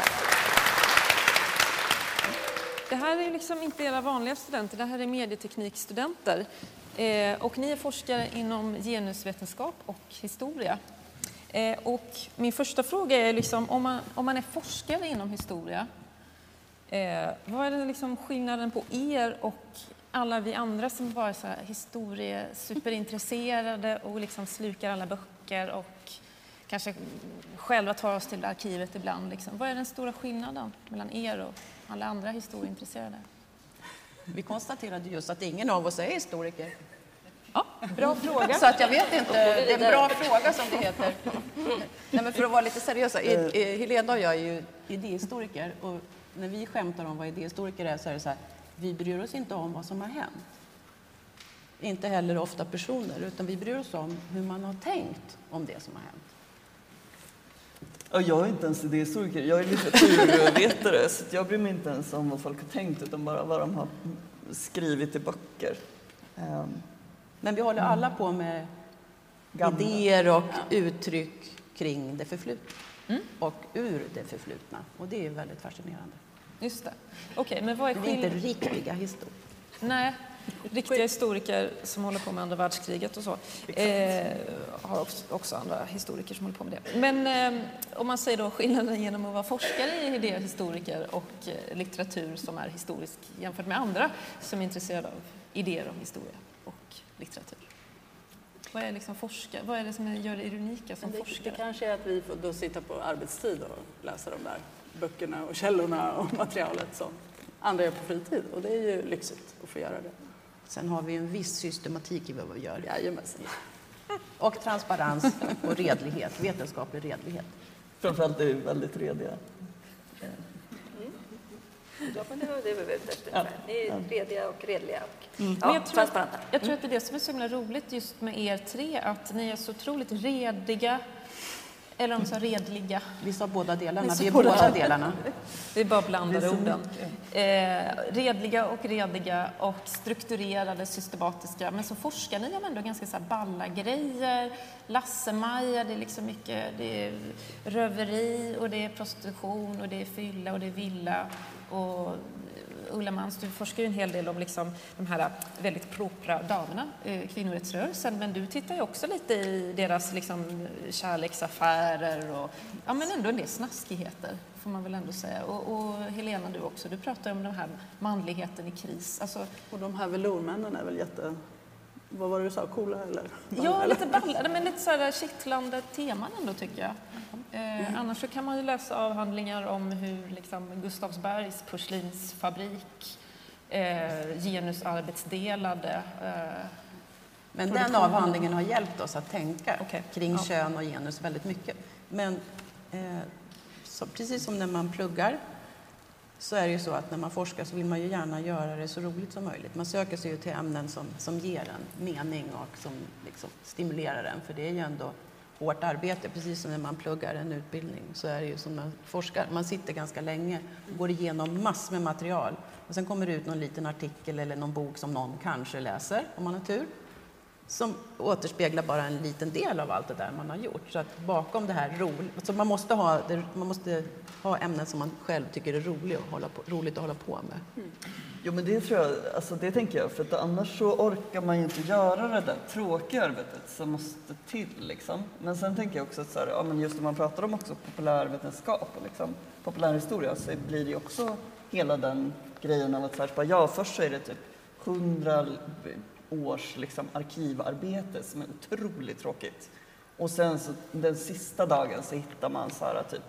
Det här är ju liksom inte era vanliga studenter, det här är medieteknikstudenter. Och ni är forskare inom genusvetenskap och historia. Och min första fråga är liksom, om man är forskare inom historia, vad är det liksom skillnaden på er och alla vi andra som bara är så här superintresserade och liksom slukar alla böcker och kanske själva tar oss till arkivet ibland. Liksom. Vad är den stora skillnaden mellan er och alla andra historieintresserade? Vi konstaterade just att ingen av oss är historiker. Ja, bra fråga. Så att jag vet inte, det är en bra fråga som det heter. Nej, men för att vara lite seriösa, Helena och jag är ju idéhistoriker och när vi skämtar om vad idéhistoriker är så är det så här, vi bryr oss inte om vad som har hänt. Inte heller ofta personer, utan vi bryr oss om hur man har tänkt om det som har hänt. Och jag är inte ens idéhistoriker, jag är litteraturvetare så jag bryr mig inte ens om vad folk har tänkt utan bara vad de har skrivit i böcker. Men vi håller alla på med idéer och uttryck kring det förflutna och ur det förflutna. Och det är väldigt fascinerande. Just det. Okej, men vad är det är inte riktiga historier. Nej, riktiga historiker som håller på med andra världskriget och så har också andra historiker som håller på med det. Men om man säger då skillnaden genom att vara forskare i idéhistoriker och litteratur som är historisk jämfört med andra som är intresserade av idéer om historia och litteratur. Vad är liksom vad är det som gör er unika som forskare? Det kanske är att vi får då sitta på arbetstid och läsa de där böckerna och källorna och materialet som andra gör på fritid. Och det är ju lyxigt att få göra det. Sen har vi en viss systematik i vad vi gör. Jajamensan. Och transparens och redlighet, vetenskaplig redlighet. Framförallt är vi väldigt rediga. Ja, men det var det vi var ute efter. Ni är rediga och redliga och transparenta. Jag tror att det är det som är så himla roligt just med er tre, att ni är så otroligt rediga. Eller de sa redliga. Vi sa båda delarna. Vi är båda delarna. Det är bara blandade orden. Redliga och rediga och strukturerade, systematiska. Men så forskar ni om ändå ganska så här balla grejer. Lasse-Maja, det är liksom mycket, det är röveri och det är prostitution och det är fylla och det är villa. Och Ulla Mans, du forskar ju en hel del om liksom de här väldigt propra damerna, kvinnorättsrörelsen, men du tittar ju också lite i deras liksom kärleksaffärer och ja, men ändå en del snaskigheter får man väl ändå säga. Och Helena, du också, du pratar om den här manligheten i kris. Alltså, och de här velourmännen är väl vad var det du sa, coola eller? Ja, lite ballade, men lite sådär kittlande teman ändå tycker jag. Annars så kan man ju läsa avhandlingar om hur liksom Gustavsbergs porslinsfabrik genusarbetsdelade. Men den avhandlingen har hjälpt oss att tänka kring kön och genus väldigt mycket. Men precis som när man pluggar så är det ju så att när man forskar så vill man ju gärna göra det så roligt som möjligt. Man söker sig ju till ämnen som ger en mening och som liksom stimulerar en. För det är ju ändå hårt arbete. Precis som när man pluggar en utbildning så är det ju som när man forskar. Man sitter ganska länge och går igenom massor med material. Och sen kommer det ut någon liten artikel eller någon bok som någon kanske läser om man har tur. Som återspeglar bara en liten del av allt det där man har gjort. Så att bakom det här så man måste ha ämnen som man själv tycker är roligt att hålla på med. Jo, men det tror jag, alltså det tänker jag, för att annars så orkar man ju inte göra det där tråkiga arbetet som måste till liksom. Men sen tänker jag också att så här, ja, men just när man pratar om också populärvetenskap och liksom populärhistoria så blir det ju också hela den grejen av att så här, ja, först så är det typ 100 års liksom arkivarbete som är otroligt tråkigt. Och sen så den sista dagen så hittar man så här typ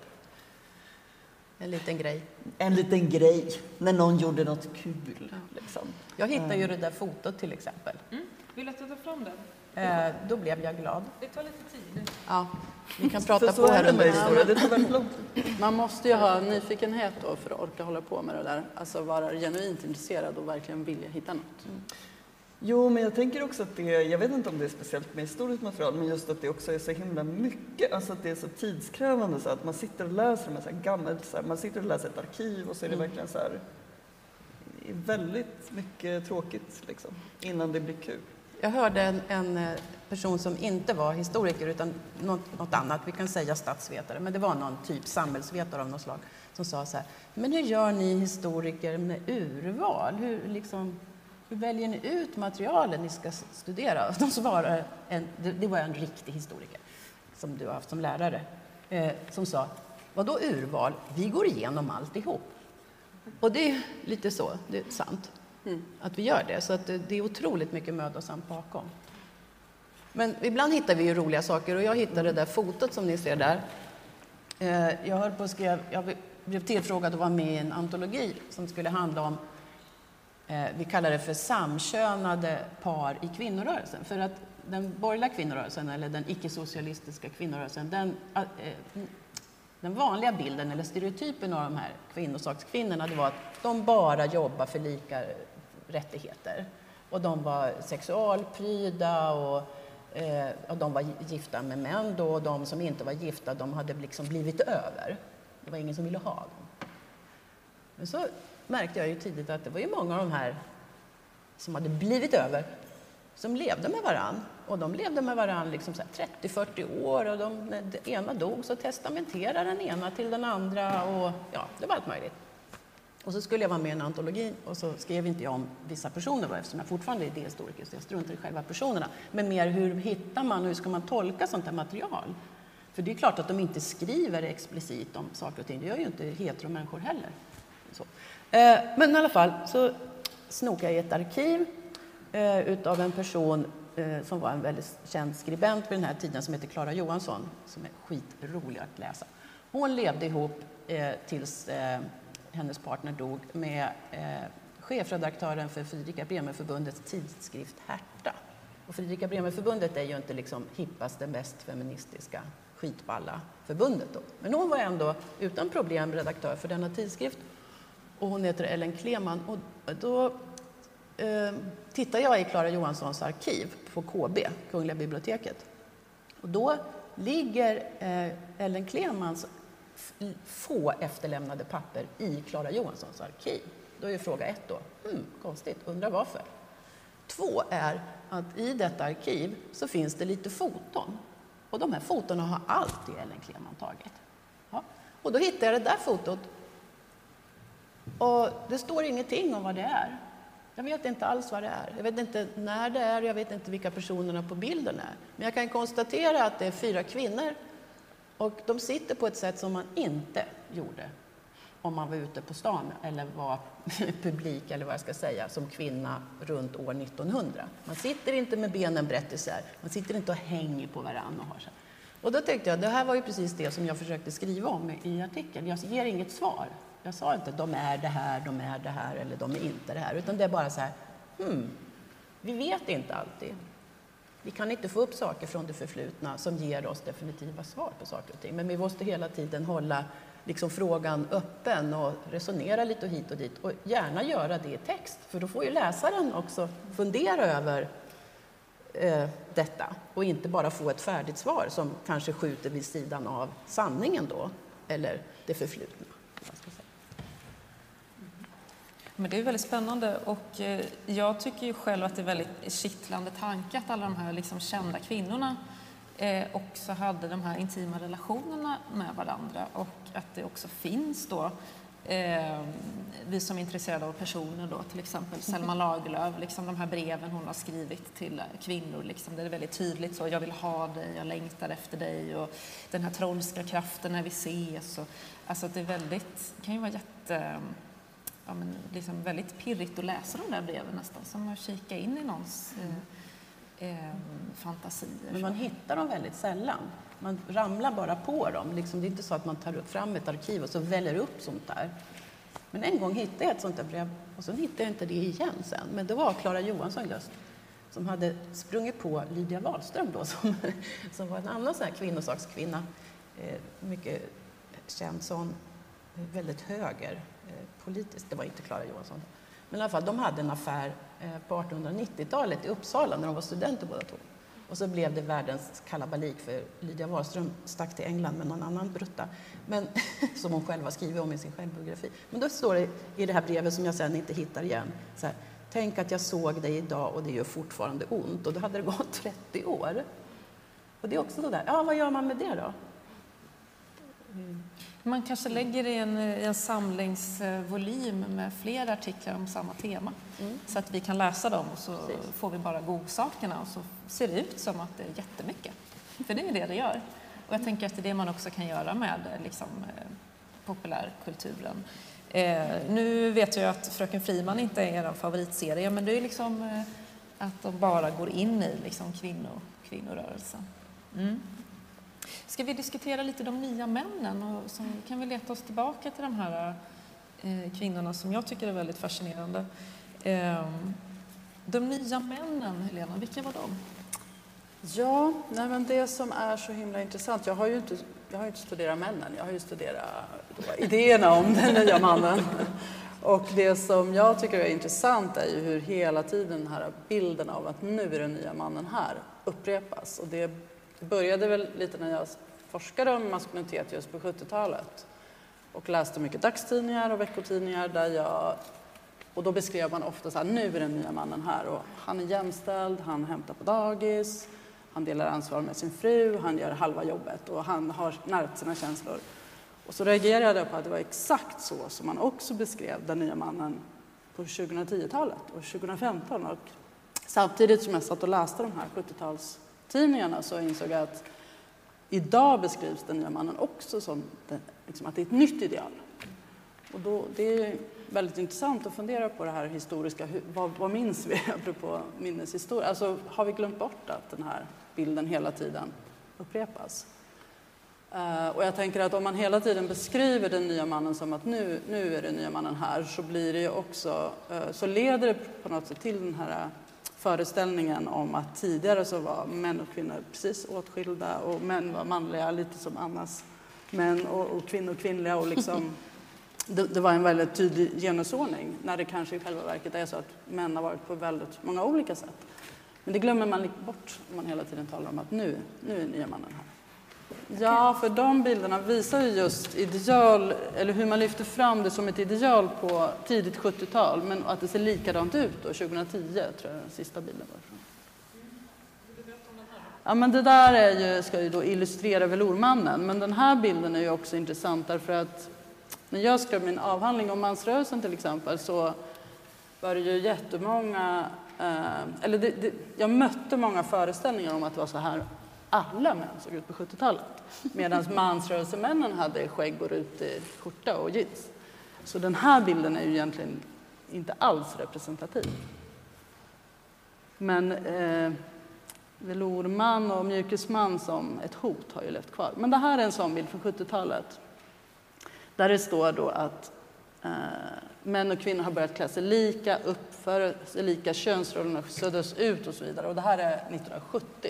en liten grej. En liten grej när någon gjorde något kul. Liksom. Jag hittade ju det där fotot till exempel. Vill att du tar fram den? Då blev jag glad. Det tar lite tid. Ja, vi kan prata på här under det tar väldigt långt. Man måste ju ha nyfikenhet då för att orka hålla på med det där. Alltså vara genuint intresserad och verkligen vilja hitta något. Jo, men jag tänker också att jag vet inte om det är speciellt med historiskt material, men just att det också är så himla mycket, alltså att det är så tidskrävande så att man sitter och läser med så här gammalt, så här, man sitter och läser ett arkiv och så är det verkligen så här väldigt mycket tråkigt liksom, innan det blir kul. Jag hörde en person som inte var historiker utan något annat, vi kan säga statsvetare, men det var någon typ samhällsvetare av något slag som sa så här, men hur gör ni historiker med urval? Hur väljer ni ut materialen ni ska studera? De svarade, det var en riktig historiker som du har haft som lärare, som sa, vadå urval? Vi går igenom alltihop. Och det är lite så, det är sant att vi gör det. Så att det är otroligt mycket mödosamt bakom. Men ibland hittar vi ju roliga saker och jag hittade det där fotot som ni ser där. Jag blev tillfrågad att vara med i en antologi som skulle handla om vi kallar det för samkönade par i kvinnorörelsen. För att den borgerliga kvinnorörelsen eller den icke-socialistiska kvinnorörelsen, den vanliga bilden eller stereotypen av de här kvinnosakskvinnorna, det var att de bara jobbar för lika rättigheter. Och de var sexualpryda och de var gifta med män då, och de som inte var gifta, de hade liksom blivit över. Det var ingen som ville ha dem. Men så märkte jag ju tidigt att det var ju många av de här som hade blivit över som levde med varann. Och de levde med varann liksom 30-40 år och när den ena dog så testamenterade den ena till den andra och ja, det var allt möjligt. Och så skulle jag vara med i en antologi och så skrev inte jag om vissa personer då, eftersom jag fortfarande är idéhistoriker så jag struntar i själva personerna. Men mer hur hittar man och hur ska man tolka sånt här material? För det är klart att de inte skriver explicit om saker och ting. Det gör ju inte heteromänniskor heller. Så. Men i alla fall så snokade jag i ett arkiv utav en person som var en väldigt känd skribent vid den här tiden som heter Clara Johansson, som är skitrolig att läsa. Hon levde ihop tills hennes partner dog med chefredaktören för Fredrika Bremer-förbundets tidskrift Herta. Och Fredrika Bremer-förbundet är ju inte liksom hippaste, mest feministiska skitballa förbundet då. Men hon var ändå utan problem redaktör för denna tidskrift. Och hon heter Ellen Kleman. Och då tittar jag i Clara Johanssons arkiv på KB, Kungliga biblioteket. Och då ligger Ellen Klemans få efterlämnade papper i Clara Johanssons arkiv. Då är fråga 1 då. Konstigt, undrar varför. 2 är att i detta arkiv så finns det lite foton. Och de här fotona har alltid Ellen Kleman tagit. Ja. Och då hittade jag det där fotot. Och det står ingenting om vad det är. Jag vet inte alls vad det är. Jag vet inte när det är, jag vet inte vilka personerna på bilden är. Men jag kan konstatera att det är 4 kvinnor och de sitter på ett sätt som man inte gjorde om man var ute på stan eller var publik eller vad jag ska säga som kvinna runt år 1900. Man sitter inte med benen brett isär, man sitter inte och hänger på varandra och har så. Och då tänkte jag, det här var ju precis det som jag försökte skriva om i artikeln. Jag ger inget svar. Jag sa inte de är det här eller de är inte det här. Utan det är bara så här, vi vet inte alltid. Vi kan inte få upp saker från det förflutna som ger oss definitiva svar på saker och ting. Men vi måste hela tiden hålla liksom frågan öppen och resonera lite hit och dit. Och gärna göra det i text. För då får ju läsaren också fundera över detta. Och inte bara få ett färdigt svar som kanske skjuter vid sidan av sanningen då. Eller det förflutna. Men det är väldigt spännande och jag tycker ju själv att det är väldigt kittlande tanke att alla de här liksom kända kvinnorna också hade de här intima relationerna med varandra och att det också finns då vi som är intresserade av personer då, till exempel Selma Lagerlöf, liksom de här breven hon har skrivit till kvinnor, liksom, det är väldigt tydligt så, jag vill ha dig, jag längtar efter dig och den här trollska kraften när vi ses och, alltså det är väldigt, det kan ju vara liksom väldigt pirrigt att läsa de där breven nästan, som att kika in i någons fantasier. Men man hittar dem väldigt sällan. Man ramlar bara på dem. Liksom, det är inte så att man tar fram ett arkiv och så väljer upp sånt där. Men en gång hittade jag ett sånt där brev och så hittade jag inte det igen sen. Men det var Clara Johansson just som hade sprungit på Lydia Wahlström då, som var en annan sån här kvinnosakskvinna. Mycket känd sån, väldigt höger politiskt. Det var inte Clara Johansson. Men i alla fall, de hade en affär på 1890-talet i Uppsala när de var studenter båda två. Och så blev det världens kalabalik för Lydia Wahlström stack till England med någon annan brutta. Men, som hon själv har skrivit om i sin självbiografi. Men då står det i det här brevet som jag sen inte hittar igen. Så här, tänk att jag såg dig idag och det gör fortfarande ont. Och då hade det gått 30 år. Och det är också så där, ja vad gör man med det då? Man kanske lägger i en samlingsvolym med flera artiklar om samma tema. Så att vi kan läsa dem och så får vi bara godsakerna och så ser det ut som att det är jättemycket. För det är det gör. Och jag tänker att det är det man också kan göra med liksom, populärkulturen. Nu vet jag att Fröken Friman inte är er favoritserie, men det är liksom att de bara går in i liksom, kvinnorörelsen. Ska vi diskutera lite de nya männen och så kan vi leta oss tillbaka till de här kvinnorna som jag tycker är väldigt fascinerande. De nya männen, Helena, vilka var de? Ja, nej men det som är så himla intressant, jag har ju inte studerat männen, jag har ju studerat idéerna om den nya mannen. Och det som jag tycker är intressant är ju hur hela tiden den här bilden av att nu är den nya mannen här upprepas. Och det började väl lite när jag forskade om maskulinitet just på 70-talet och läste mycket dagstidningar och veckotidningar och då beskrev man ofta så här, nu är den nya mannen här och han är jämställd, han hämtar på dagis, han delar ansvar med sin fru, han gör halva jobbet och han har närpt sina känslor. Och så reagerade jag på att det var exakt så som man också beskrev den nya mannen på 2010-talet och 2015 och samtidigt som jag satt och läste de här 70-talstidningarna så insåg jag att idag beskrivs den nya mannen också som liksom att det är ett nytt ideal. Och då, det är väldigt intressant att fundera på det här historiska. Vad minns vi apropå minneshistoria? Alltså har vi glömt bort att den här bilden hela tiden upprepas? Och jag tänker att om man hela tiden beskriver den nya mannen som att nu är den nya mannen här så blir det ju också, så leder det på något sätt till den här föreställningen om att tidigare så var män och kvinnor precis åtskilda och män var manliga lite som Annas män och kvinnor kvinnliga och liksom det var en väldigt tydlig genusordning när det kanske i själva verket är så att män har varit på väldigt många olika sätt. Men det glömmer man bort om man hela tiden talar om att nu är nya mannen här. Ja, för de bilderna visar ju just ideal, eller hur man lyfter fram det som ett ideal på tidigt 70-tal, men att det ser likadant ut då, 2010 tror jag den sista bilden var från. Ja, men det där ska ju då illustrera velourmannen, men den här bilden är ju också intressant därför att När jag skrev min avhandling om mansrörelsen till exempel så var det ju jättemånga, jag mötte många föreställningar om att det var så här alla män såg ut på 70-talet. Medan mansrörelsemännen hade skägg och rutig skjorta och jeans. Så den här bilden är ju egentligen inte alls representativ. Men velourman och mjukisman som ett hot har ju levt kvar. Men det här är en sån bild från 70-talet. Där det står då att män och kvinnor har börjat klä sig lika, uppföra sig lika, könsrollerna suddas ut och så vidare. Och det här är 1970.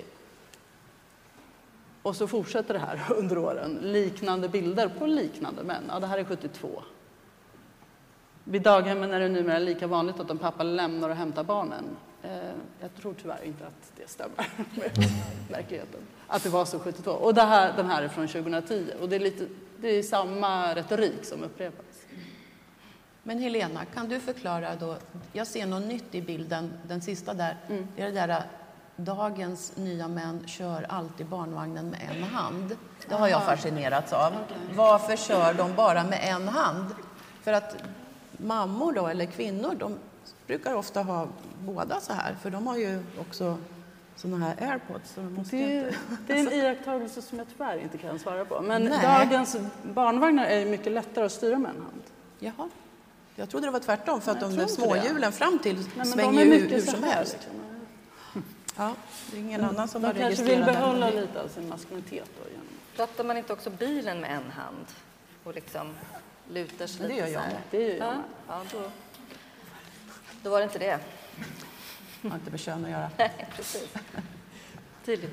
Och så fortsätter det här under åren. Liknande bilder på liknande män. Ja, det här är 72. Vid daghemmen är det numera lika vanligt att en pappa lämnar och hämtar barnen. Jag tror tyvärr inte att det stämmer med verkligheten. Att det var så 72. Och den här är från 2010. Och det är samma retorik som upprepas. Men Helena, kan du förklara då? Jag ser något nytt i bilden, den sista där. Det är det där dagens nya män kör alltid barnvagnen med en hand. Det har jag fascinerats av. Varför kör de bara med en hand? För att mammor då, eller kvinnor, de brukar ofta ha båda så här. För de har ju också såna här AirPods. Så det är en iakttagelse som jag tyvärr inte kan svara på. Men dagens barnvagnar är mycket lättare att styra med en hand. Jaha. Jag trodde det var tvärtom, för att de småhjulen fram till Nej, svänger ju hur som helst. Liksom. Ja, det är ingen annan som har registrerat. De kanske vill behålla lite av sin maskulinitet då igen. Rattar man inte också bilen med en hand och liksom lutar sig lite? Det gör jag. Det gör jag. Ja, då var det inte det. Det har inte med kön att göra. Nej, precis. Tydligt.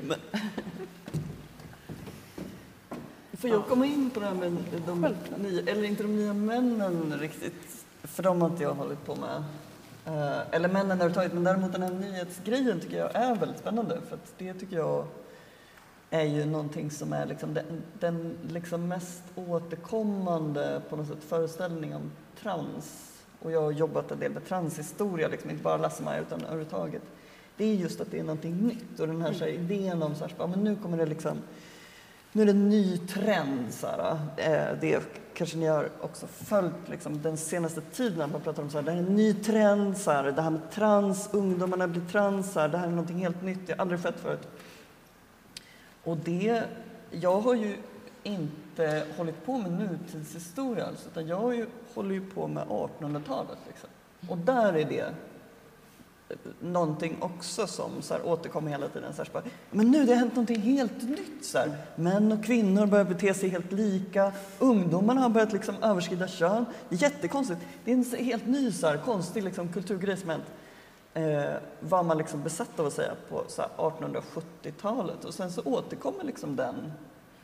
Får jag komma in på det här med inte de nya männen riktigt, för de har inte jag hållit på med. Eller männen överhuvudtaget, men däremot den här nyhetsgrejen tycker jag är väldigt spännande, för att det tycker jag är ju någonting som är liksom den liksom mest återkommande på något sätt föreställning om trans. Och jag har jobbat en del med transhistoria, liksom, inte bara Lasse-Maja utan överhuvudtaget. Det är just att det är någonting nytt, och den här idén om så här, men nu kommer det liksom, nu är det en ny trend. Så här, det kanske ni har också följt liksom, den senaste tiden. Man pratar om så här, det här är en ny trend. Så här, det här med trans, ungdomarna blir trans. Så här, det här är någonting helt nytt. Jag har aldrig sett förut. Och jag har ju inte hållit på med nutidshistoria. Alltså, utan jag håller ju på med 1800-talet. Liksom. Och där är det någonting också som så här, återkommer hela tiden. Så här, men nu det har hänt någonting helt nytt. Så här. Män och kvinnor börjar bete sig helt lika. Ungdomarna har börjat liksom, överskrida kön. Det är jättekonstigt. Det är en helt ny så här, konstig liksom, kulturgrej som hänt. Var man liksom besatt av att säga på 1870-talet. Och sen så återkommer liksom den.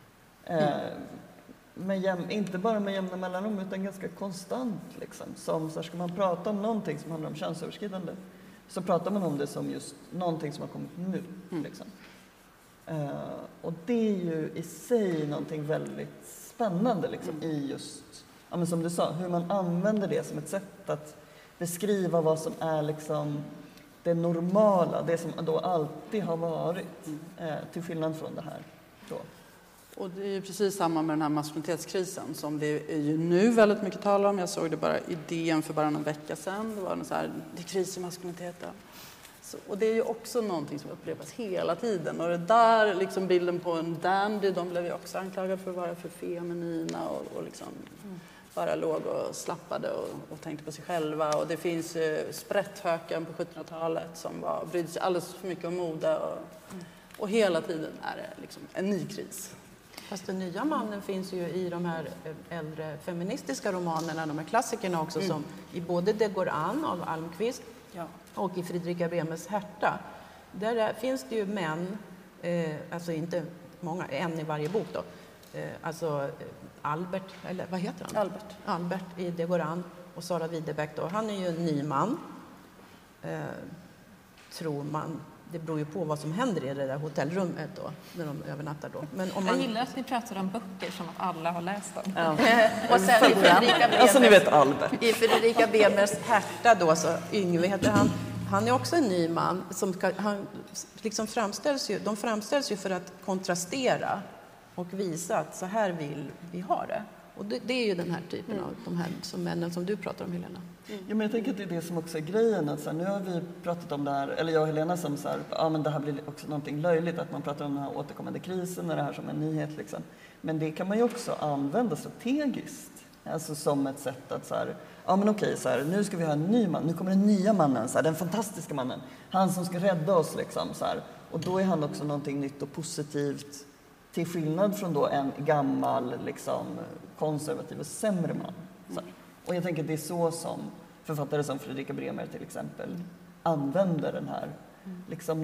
Inte bara med jämna mellanrum utan ganska konstant. Liksom. Som, så här, ska man prata om någonting som handlar om könsöverskridande, så pratar man om det som just någonting som har kommit nu. Liksom. Och det är ju i sig någonting väldigt spännande liksom, i just, ja, men som du sa, hur man använder det som ett sätt att beskriva vad som är liksom, det normala, det som då alltid har varit, till skillnad från det här då. Och det är ju precis samma med den här maskulinitetskrisen som det är ju nu väldigt mycket tal om. Jag såg det bara i DN för bara någon vecka sedan. Det var en så här, det är kris i maskuliniteten. Och det är ju också någonting som upprepas hela tiden. Och det där, liksom bilden på en dandy, de blev ju också anklagade för att vara för feminina och liksom bara låg och slappade och tänkte på sig själva. Och det finns sprätthöken på 1700-talet som brydde sig alldeles för mycket om mode. Och hela tiden är det liksom en ny kris. Fast den nya mannen finns ju i de här äldre feministiska romanerna, de här klassikerna också, som i både Det går an av Almqvist och i Fredrika Bremers Herta. Där finns det ju män, alltså inte många, en i varje bok då. Alltså Albert, eller vad heter han? Albert i Det går an, och Sara Widerbeck då. Han är ju en ny man, tror man. Det beror ju på vad som händer i det där hotellrummet då, när de övernattar då. Men om Jag gillar att ni pratar om böcker som att alla har läst dem. Ja. Och sen i Fredrika Bremers, alltså ni vet Albert. I Fredrika Bremers Herta då, så Yngve heter han. Han är också en ny man. Han liksom de framställs ju för att kontrastera och visa att så här vill vi ha det. Och det är ju den här typen av de här som männen som du pratar om, Helena. Ja, men jag tänker att det är det som också är grejen. Att så här, nu har vi pratat om det här, eller jag och Helena, som så här, men det här blir också någonting löjligt, att man pratar om den här återkommande krisen och det här som en nyhet. Liksom. Men det kan man ju också använda strategiskt. Alltså som ett sätt att så här, men okej, så här, nu ska vi ha en ny man. Nu kommer den nya mannen, så här, den fantastiska mannen. Han som ska rädda oss liksom. Så här. Och då är han också någonting nytt och positivt. Till skillnad från då en gammal, liksom, konservativ och sämre man. Så. Och jag tänker att det är så som författare som Fredrika Bremer till exempel använder den här liksom,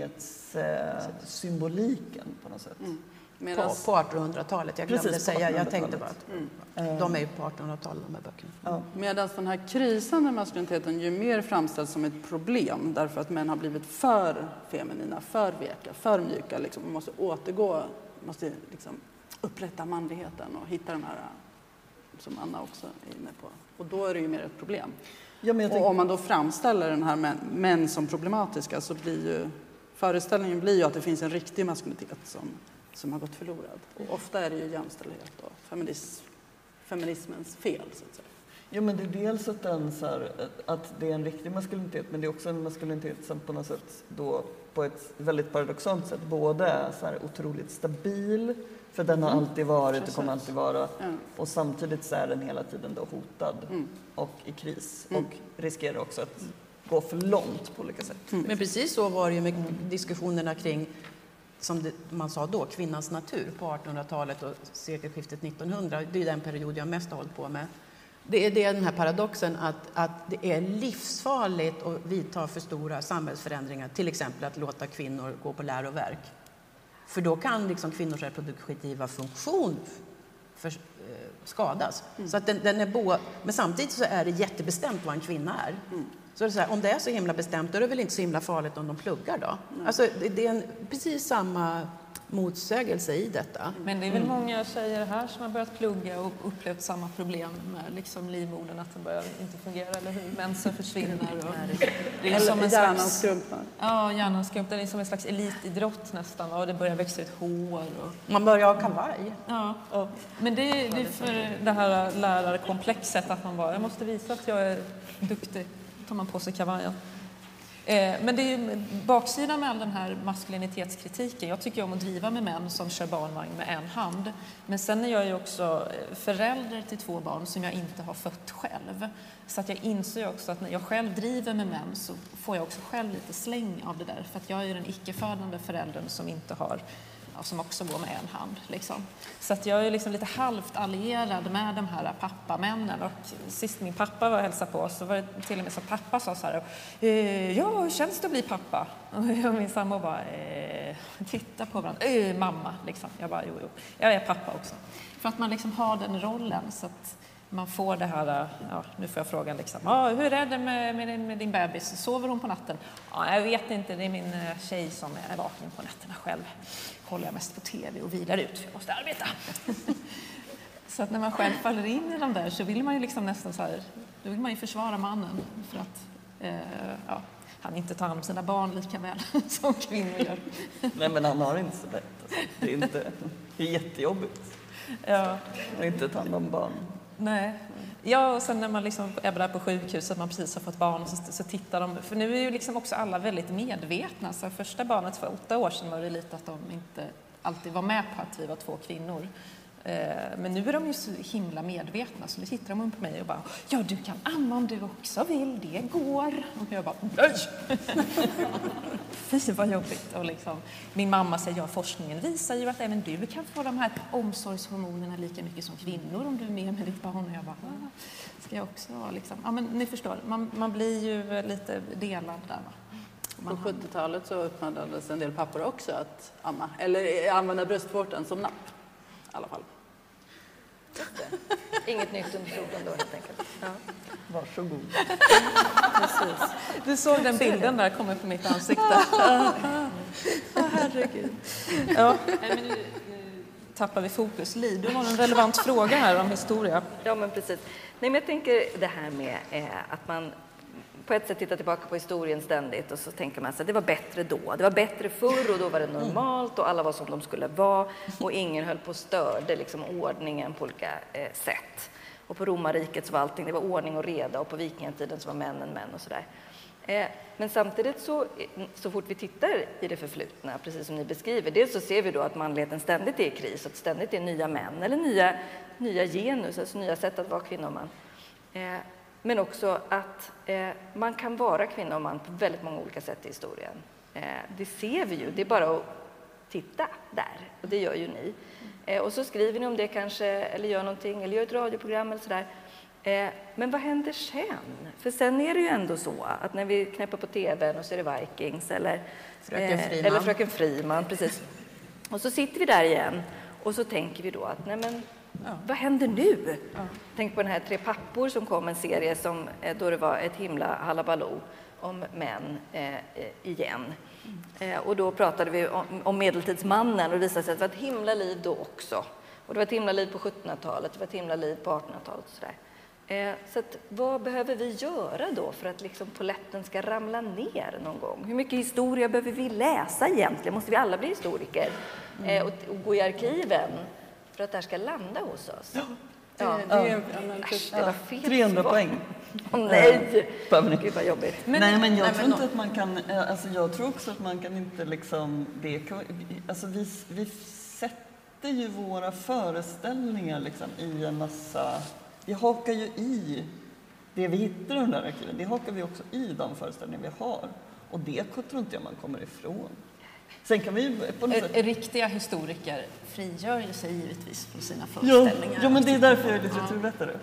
nyhetssymboliken på något sätt. På 1800-talet, jag glömde säga, jag tänkte bara att de är ju på 1800-talet, de här böckerna. Ja. Medan den här krisande maskuliniteten ju mer framställs som ett problem därför att män har blivit för feminina, för veka, för mjuka. Liksom. Man måste återgå, måste liksom upprätta manligheten och hitta den här som Anna också är inne på. Och då är det ju mer ett problem. Ja, och om man då framställer den här män som problematiska så blir ju föreställningen blir ju att det finns en riktig maskulinitet som har gått förlorad. Och ofta är det ju jämställdhet och feminismens fel, så att säga. Ja, men det är dels att, att det är en riktig maskulinitet, men det är också en maskulinitet som på något sätt då på ett väldigt paradoxalt sätt både är så här otroligt stabil, för den har alltid varit och kommer alltid vara, och samtidigt så är den hela tiden då hotad och i kris och riskerar också att gå för långt på olika sätt. Men precis så var det ju med diskussionerna kring, som man sa då, kvinnans natur på 1800-talet och sekelskiftet 1900. Det är den period jag mest har hållit på med. Det är den här paradoxen att det är livsfarligt att vidta för stora samhällsförändringar. Till exempel att låta kvinnor gå på läroverk. För då kan liksom kvinnors reproduktiva funktion skadas. Så att den är men samtidigt så är det jättebestämt vad en kvinna är. Så det är så här, om det är så himla bestämt, då är det väl inte så himla farligt om de pluggar då? Alltså det är precis samma motsägelse i detta. Men det är väl många tjejer här som har börjat plugga och upplevt samma problem med liksom livmodern, att den börjar inte fungera, eller hur? Mensen försvinner. Och det är som en hjärnan slags, skrumpnar. Ja, hjärnan skrumpnar. Det är som en slags elitidrott nästan. Och det börjar växa ut hår. Man börjar ha kavaj. Ja. Men det är för det här lärarkomplexet att man bara, jag måste visa att jag är duktig. Då tar man på sig kavajen. Men det är ju baksidan med all den här maskulinitetskritiken. Jag tycker om att driva med män som kör barnvagn med en hand. Men sen är jag ju också förälder till 2 barn som jag inte har fött själv. Så att jag inser också att när jag själv driver med män så får jag också själv lite släng av det där. För att jag är ju den icke-födande föräldern som inte har, som också går med en hand. Liksom. Så att jag är liksom lite halvt allierad med de här pappamännen. Och sist min pappa var och hälsade på så var det till och med som pappa sa så här, ja, hur känns det att bli pappa? Och jag och min sambo bara, titta på varandra, mamma, liksom. Jag bara, jo, jag är pappa också. För att man liksom har den rollen så att man får det här, nu får jag frågan liksom, hur är det med din bebis? Sover hon på natten? Ja, jag vet inte, det är min tjej som är vaken på nätterna själv. Kollar jag mest på tv och vilar ut, för jag måste arbeta. Så att när man själv faller in i de där så vill man ju liksom nästan så här, då vill man ju försvara mannen för att han inte tar hand om sina barn lika väl som kvinnor gör. Nej, men han har inte så lätt. Alltså. Det är jättejobbigt. Ja. Att inte ta hand om barn. Nej. Ja, och sen när man liksom är där på sjukhuset, man precis har fått barn, så tittar de. För nu är ju liksom också alla väldigt medvetna. Så första barnet för 8 år sedan var det lite att de inte alltid var med på att vi var 2 kvinnor. Men nu är de ju så himla medvetna, så nu tittar de på mig och bara, ja, du kan amma om du också vill, det går. Och jag bara, nej! Fy vad jobbigt. Och liksom, min mamma säger, ja, forskningen visar ju att även du kan få de här omsorgshormonerna lika mycket som kvinnor om du är med ditt barn. Och jag bara, ska jag också vara liksom? Ja, men ni förstår, man blir ju lite delad där, va? På 70-talet så uppmanades en del pappor också att amma, eller använda bröstvårtan som napp. I alla fall. Inget nytt under solen då, helt enkelt. Ja. Varsågod. Precis. Du såg den bilden där komma på mitt ansikte. Herregud. Ja. Men nu tappar vi fokus. Li, du har en relevant fråga här om historia. Ja, men precis. Nej, men jag tänker det här med att på ett sätt titta tillbaka på historien ständigt och så tänker man så att det var bättre då. Det var bättre förr och då var det normalt och alla var som de skulle vara och ingen höll på och störde liksom ordningen på olika sätt. Och på romarriket så var allting, det var ordning och reda och på vikingatiden så var männen män och sådär. Men samtidigt så fort vi tittar i det förflutna, precis som ni beskriver, dels så ser vi då att manligheten ständigt är i kris, att ständigt är nya män eller nya genus, alltså nya sätt att vara kvinna och man. Men också att man kan vara kvinna och man på väldigt många olika sätt i historien. Det ser vi ju, det är bara att titta där och det gör ju ni. Och så skriver ni om det kanske, eller gör någonting, eller gör ett radioprogram eller sådär. Men vad händer sen? För sen är det ju ändå så att när vi knäpper på tvn och så är det Vikings eller Fröken Friman, precis. Och så sitter vi där igen och så tänker vi då att nej men, vad händer nu? Tänk på den här 3 pappor som kom, en serie som då det var ett himla halabaloo om män igen. Och då pratade vi om medeltidsmannen och det visade sig att det var ett himla liv då också. Och det var ett himla liv på 1700-talet, det var ett himla liv på 1800-talet och sådär. Så att, vad behöver vi göra då för att liksom poletten ska ramla ner någon gång? Hur mycket historia behöver vi läsa egentligen? Måste vi alla bli historiker och gå i arkiven för att det här ska landa hos oss? Det var fel 300 poäng. Nej, gud vad jobbigt. Men jag tror inte att man kan, alltså jag tror också att man kan inte liksom, alltså vi sätter ju våra föreställningar liksom i en massa, vi hakar ju i det vi hittar i den där arkiven, det hakar vi också i de föreställningar vi har. Och det tror inte jag man kommer ifrån. Sen kan vi på något sätt... Riktiga historiker frigör ju sig givetvis från sina föreställningar. Ja, men det är därför jag är litteraturvetare.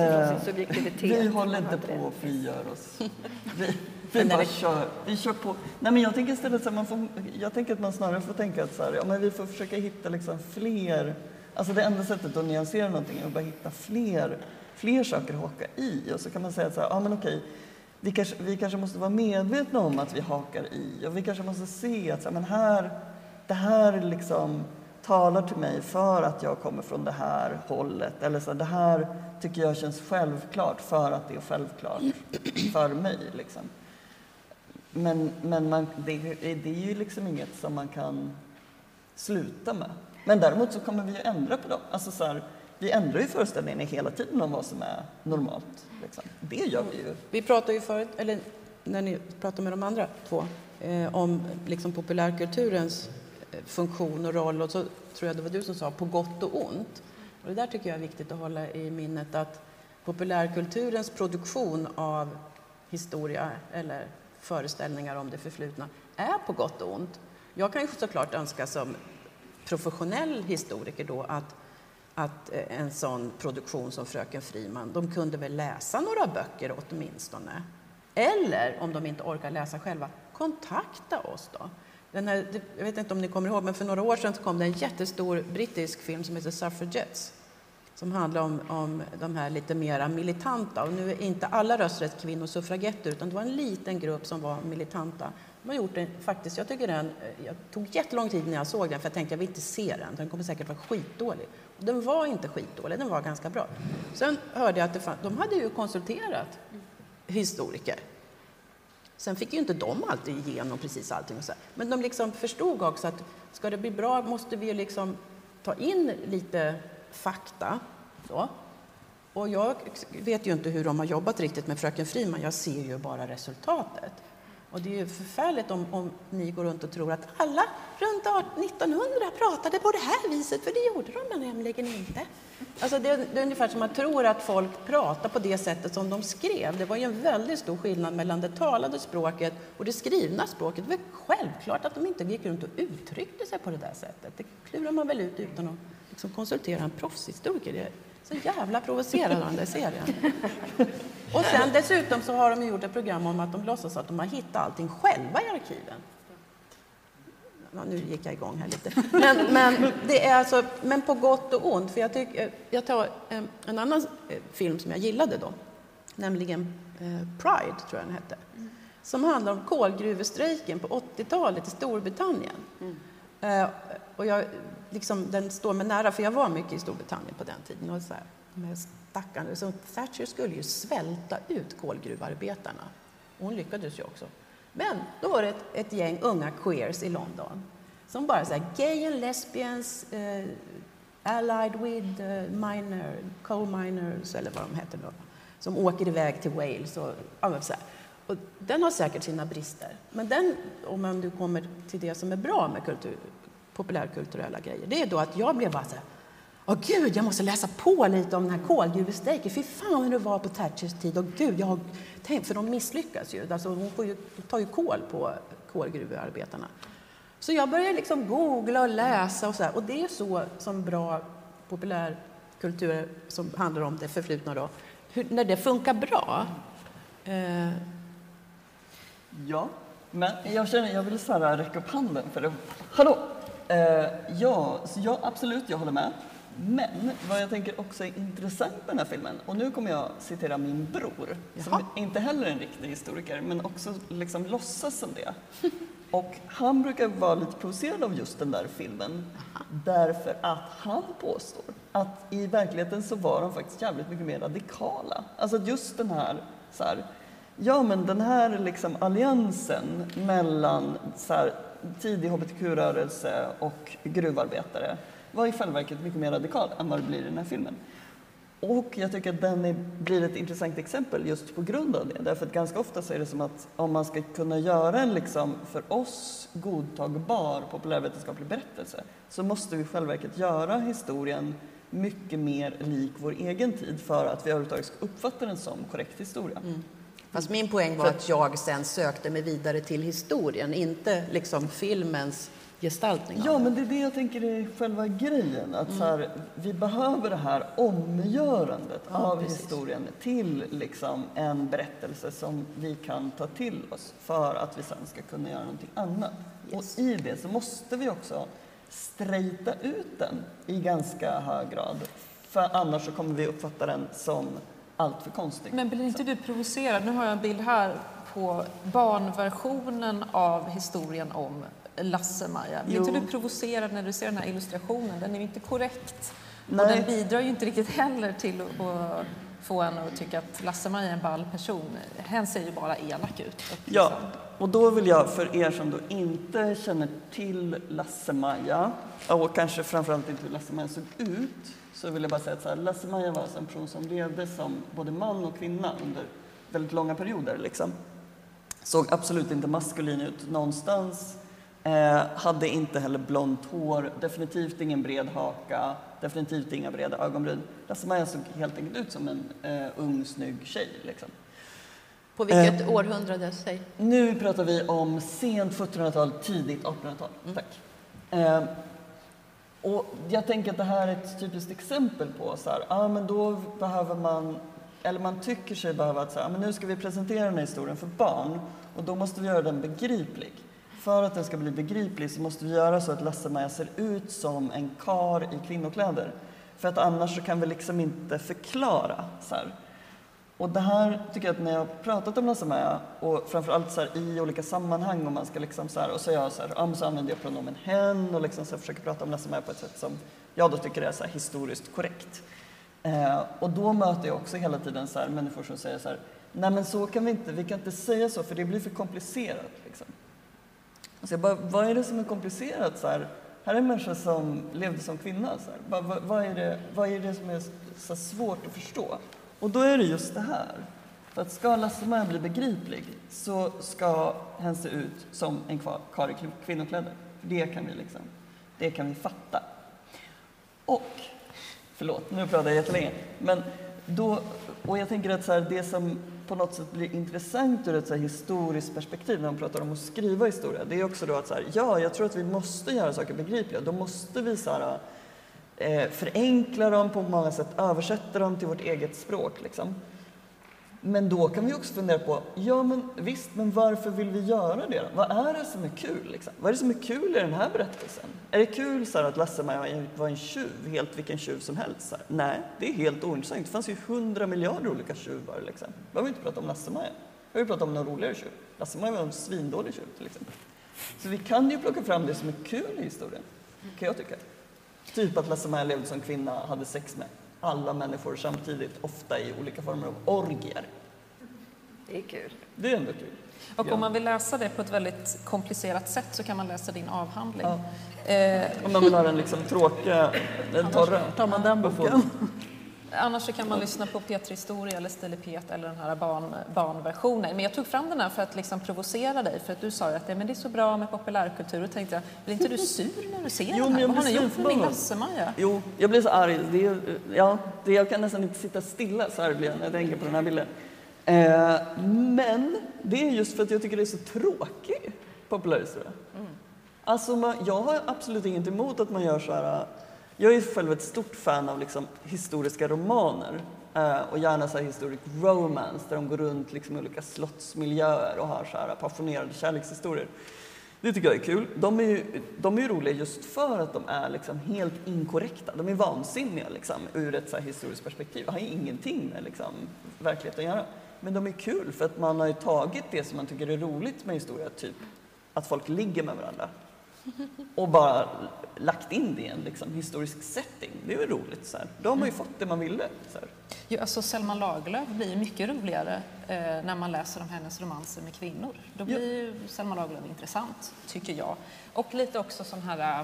Vi håller inte på att frigöra oss. Vi bara kör. Vi kör på. Nej, men jag tänker istället så jag tänker att man snarare får tänka att så här, men vi får försöka hitta liksom fler. Alltså det enda sättet att nyansera någonting är att bara hitta fler saker att haka i. Och så kan man säga så här, men okej. Vi kanske måste vara medvetna om att vi hakar i och vi kanske måste se att det här liksom talar till mig för att jag kommer från det här hållet eller så det här tycker jag känns självklart för att det är självklart för mig liksom. Men det är ju liksom inget som man kan sluta med. Men däremot så kommer vi ju ändra på dem. Alltså så här, vi ändrar ju föreställningen hela tiden om vad som är normalt. Liksom. Det gör vi ju. Vi pratade ju förut, eller när ni pratade med de andra 2, om liksom populärkulturens funktion och roll. Och så tror jag det var du som sa på gott och ont. Och det där tycker jag är viktigt att hålla i minnet att populärkulturens produktion av historia eller föreställningar om det förflutna är på gott och ont. Jag kan ju såklart önska som professionell historiker då att en sån produktion som Fröken Friman, de kunde väl läsa några böcker åtminstone. Eller om de inte orkar läsa själva, kontakta oss då. Jag vet inte om ni kommer ihåg, men för några år sedan så kom det en jättestor brittisk film som heter Suffragettes. Som handlar om de här lite mera militanta. Och nu är inte alla rösträttskvinnor suffragetter utan det var en liten grupp som var militanta. De har gjort den, faktiskt, jag tog jättelång tid när jag såg den för jag tänkte jag vill inte se den kommer säkert vara skitdålig. Och den var inte skitdålig, den var ganska bra. Sen hörde jag att de hade ju konsulterat historiker. Sen fick ju inte de alltid igenom precis allting och så. Men de liksom förstod också att ska det bli bra måste vi liksom ta in lite fakta. Så. Och jag vet ju inte hur de har jobbat riktigt med Fröken Friman, jag ser ju bara resultatet. Och det är ju förfärligt om ni går runt och tror att alla runt 1900 pratade på det här viset, för det gjorde de nämligen inte. Alltså det är ungefär som man tror att folk pratar på det sättet som de skrev. Det var ju en väldigt stor skillnad mellan det talade språket och det skrivna språket. Det var självklart att de inte gick runt och uttryckte sig på det där sättet. Det klurar man väl ut utan att liksom konsultera en proffshistoriker. Det är så jävla provocerande serien. Och sen dessutom så har de gjort ett program om att de låtsas att de har hittat allting själva i arkiven. Ja, nu gick jag igång här lite. Men det är alltså, men på gott och ont. För jag tar en annan film som jag gillade då. Nämligen Pride, tror jag den hette. Som handlar om kolgruvestrejken på 80-talet i Storbritannien. Och den står mig nära, för jag var mycket i Storbritannien på den tiden. Och så här, med stackarna. Så Thatcher skulle ju svälta ut kolgruvarbetarna. Och hon lyckades ju också. Men då var det ett gäng unga queers i London som bara så här, gay and lesbians, allied with coal miners eller vad de heter då, som åker iväg till Wales och så här. Och den har säkert sina brister. Men den, om man nu kommer till det som är bra med populärkulturella grejer, det är då att jag blev bara så här, gud, jag måste läsa på lite om den här kolgruvestrejken. Fy fan hur det var på Thatchers tid. Och gud, jag har tänkt, för de misslyckas ju. Alltså, hon tar ju kol på kolgruvearbetarna. Så jag började liksom googla och läsa och så här. Och det är så som bra populärkultur som handlar om det förflutna då. När det funkar bra. Ja, men jag vill så här räcka upp handen för det. Hallå! Absolut, jag håller med. Men vad jag tänker också är intressant med den här filmen, och nu kommer jag citera min bror, som inte heller är en riktig historiker, men också liksom låtsas som det. Och han brukar vara lite provocerad av just den där filmen, därför att han påstår att i verkligheten så var de faktiskt jävligt mycket mer radikala. Alltså just den här, så här den här liksom alliansen mellan så här, tidig hbtq-rörelse och gruvarbetare var i själva verket mycket mer radikal än vad det blir i den här filmen. Och jag tycker att den blir ett intressant exempel just på grund av det. Därför att ganska ofta så är det som att om man ska kunna göra en liksom för oss godtagbar populärvetenskaplig berättelse, så måste vi i själva verket göra historien mycket mer lik vår egen tid för att vi överhuvudtaget ska uppfatta den som korrekt historia. Mm. Fast min poäng var att jag sen sökte mig vidare till historien, inte liksom filmens gestaltning. Ja, men det är det jag tänker är själva grejen. Att så här, vi behöver det här omgörandet av historien till liksom en berättelse som vi kan ta till oss för att vi sen ska kunna göra någonting annat. Yes. Och i det så måste vi också strejta ut den i ganska hög grad. För annars så kommer vi uppfatta den som allt för konstigt. Men blir inte du provocerad? Nu har jag en bild här på barnversionen av historien om Lasse-Maja. Blir inte du provocerad när du ser den här illustrationen? Den är ju inte korrekt. Nej. Och den bidrar ju inte riktigt heller till att få en att tycka att Lasse-Maja är en ball person. Hen ser ju bara elak ut. Ja, och då vill jag för er som då inte känner till Lasse-Maja, och kanske framförallt inte hur Lasse-Maja såg ut, så vill jag bara säga att så här, Lasse-Maja var en person som levde som både man och kvinna under väldigt långa perioder. Liksom. Såg absolut inte maskulin ut någonstans. Hade inte heller blont hår, definitivt ingen bred haka, definitivt inga breda ögonbryn. Lasse-Maja såg helt enkelt ut som en ung, snygg tjej. Liksom. På vilket århundrade? Säg? Nu pratar vi om sent 1700-tal, tidigt 1800-tal. Tack. Och jag tänker att det här är ett typiskt exempel på så här, men då behöver man, eller man tycker sig behöva att så här, men nu ska vi presentera den här historien för barn och då måste vi göra den begriplig. För att den ska bli begriplig så måste vi göra så att Lasse-Maja ser ut som en kar i kvinnokläder. För att annars så kan vi liksom inte förklara så här. Och det här tycker jag att när jag har pratat om Lasse-Maja och framförallt så här, i olika sammanhang om man ska liksom så här, och så gör jag så här, så använder jag pronomen hen och liksom så här, försöker prata om Lasse-Maja på ett sätt som jag då tycker är så här, historiskt korrekt. Och då möter jag också hela tiden så här, människor som säger så här, nej men så kan vi kan inte säga så för det blir för komplicerat liksom. Så jag bara, vad är det som är komplicerat så här? Här är en människa som levde som kvinna så här. Vad är det som är så svårt att förstå? Och då är det just det här. För att ska Lasse-Maja bli begriplig så ska hen se ut som en kar i kvinnokläder. För det kan vi fatta. Och, förlåt, nu pratar jag jättelänge. Men då, och jag tänker att så här, det som på något sätt blir intressant ur ett så här historiskt perspektiv när man pratar om att skriva historia, det är också då att så här, ja, jag tror att vi måste göra saker begripliga. Då måste vi så här, förenkla dem på många sätt, översätta dem till vårt eget språk. Liksom. Men då kan vi också fundera på, ja men visst, men varför vill vi göra det då? Vad är det som är kul? Liksom? Vad är det som är kul i den här berättelsen? Är det kul så här, att Lasse-Maja var en tjuv, helt vilken tjuv som helst? Så här? Nej, det är helt ointressant. Det fanns ju 100 miljarder olika tjuvar. Liksom. Vi behöver inte prata om Lasse-Maja. Vi behöver prata om någon roligare tjuv. Lasse-Maja var en svindålig tjuv till exempel. Så vi kan ju plocka fram det som är kul i historien, kan jag tycka. Typ att Lasse-Maja levde som kvinna, hade sex med alla människor samtidigt, ofta i olika former av orgier. Det är kul. Det är ändå kul. Och om man vill läsa det på ett väldigt komplicerat sätt så kan man läsa din avhandling. Om man vill ha den liksom tråkiga, den torra. Tar man den boken. Annars så kan man lyssna på P3 Historia eller Stille Pet eller den här barnversionen. Men jag tog fram den här för att liksom provocera dig. För att du sa ju att men det är så bra med populärkultur. Och tänkte jag, blir inte du sur när du ser den här? Vad har ni gjort med min Lasse-Maja? Jo, jag blir så arg. Jag kan nästan inte sitta stilla så arg blir jag när jag tänker på den här bilden. Men det är just för att jag tycker det är så tråkig populärhistoria. Alltså jag har absolut inget emot att man gör så här. Jag är själv ett stort fan av liksom historiska romaner och gärna så här historic romance där de går runt liksom i olika slottsmiljöer och har så här passionerade kärlekshistorier. Det tycker jag är kul. De är ju roliga just för att de är liksom helt inkorrekta. De är vansinniga liksom, ur ett så här historiskt perspektiv. Det har ingenting med liksom verkligheten att göra. Men de är kul för att man har ju tagit det som man tycker är roligt med historia, typ att folk ligger med varandra. Och bara lagt in det i en liksom historisk setting. Det är ju roligt. Så här. De har ju fått det man ville. Så här. Ja, alltså Selma Lagerlöf blir mycket roligare när man läser om hennes romanser med kvinnor. Då blir ju Selma Lagerlöf intressant, tycker jag. Och lite också sån här...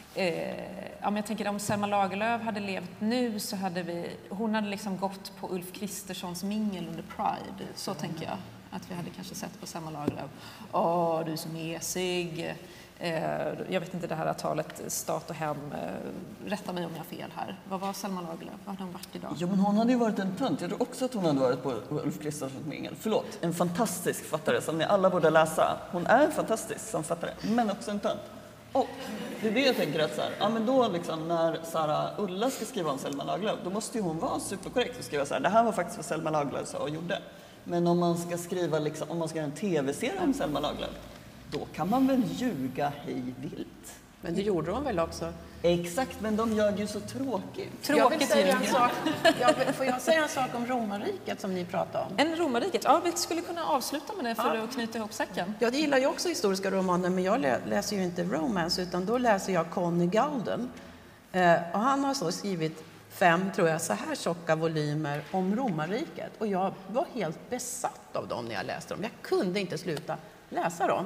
jag tänker om Selma Lagerlöf hade levt nu så hade hon hade liksom gått på Ulf Kristerssons mingel under Pride. Så tänker jag att vi hade kanske sett på Selma Lagerlöf. Du är så mesig. Jag vet inte det här talet stat och hem. Rätta mig om jag har fel här. Vad var Selma Lagerlöf? Vad hade hon varit idag? Jo, men hon hade ju varit en tönt. Jag tror också att hon hade varit på Ulf Kristerssons mingel. Förlåt, en fantastisk författare som ni alla borde läsa. Hon är fantastisk som författare, men också en tönt. Och det är det jag tänker att så här, men då liksom när Sara Ulla ska skriva om Selma Lagerlöf, då måste ju hon vara superkorrekt och skriva så här, det här var faktiskt vad Selma Lagerlöf sa och gjorde. Men om man ska skriva liksom, om man ska göra en tv-serie om Selma Lagerlöf, då kan man väl ljuga hej vilt. Men det gjorde de väl också? Exakt, men de gör ju så tråkigt. Jag vill säga en sak. Får jag säga en sak om romarriket som ni pratade om? En romarriket? Ja, vi skulle kunna avsluta med det för att knyta ihop säcken. Jag gillar ju också historiska romaner, men jag läser ju inte romance, utan då läser jag Conny Galden. Och han har så skrivit 5, tror jag, så här tjocka volymer om romarriket. Och jag var helt besatt av dem när jag läste dem. Jag kunde inte sluta läsa dem.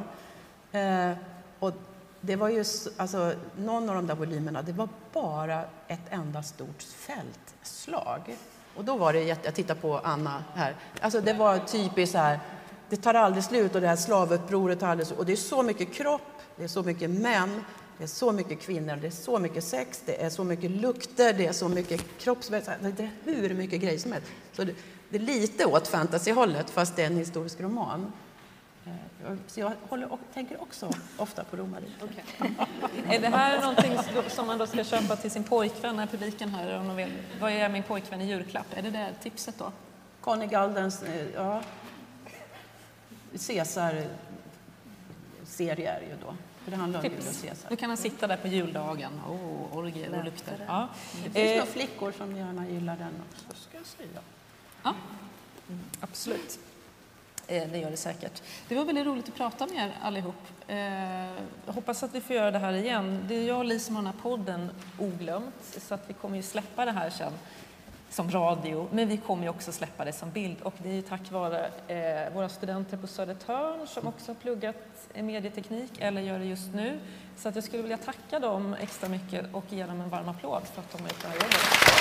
Och det var ju, alltså, någon av de där volymerna, det var bara ett enda stort fältslag. Och då var det, jag tittar på Anna här, alltså det var typiskt så här, det tar aldrig slut och det här slavupproret tar aldrig slut. Och det är så mycket kropp, det är så mycket män, det är så mycket kvinnor, det är så mycket sex, det är så mycket lukter, det är så mycket kroppsvätska, det är hur mycket grejer som helst. Så det är lite åt fantasyhållet, fast det är en historisk roman. Så jag tänker också ofta på romarriket. Okay. Är det här någonting som man då ska köpa till sin pojkvän när publiken här? Om de vill, vad är min pojkvän i julklapp? Är det det tipset då? Conny Galdens Caesar-serie är ju då. För det handlar om Julius Caesar. Då kan han sitta där på juldagen. Orgier och lukter. Ja. Det finns några flickor som gärna gillar den också, ska jag säga. Ja, absolut. Det gör det säkert. Det var väldigt roligt att prata med er allihop. Jag hoppas att vi får göra det här igen. Det är jag och Li som har den här podden oglömt. Så att vi kommer ju släppa det här sen som radio. Men vi kommer ju också släppa det som bild. Och det är ju tack vare våra studenter på Södertörn som också har pluggat medieteknik eller gör det just nu. Så att jag skulle vilja tacka dem extra mycket och ge dem en varm applåd för att de har gjort det här jobbet.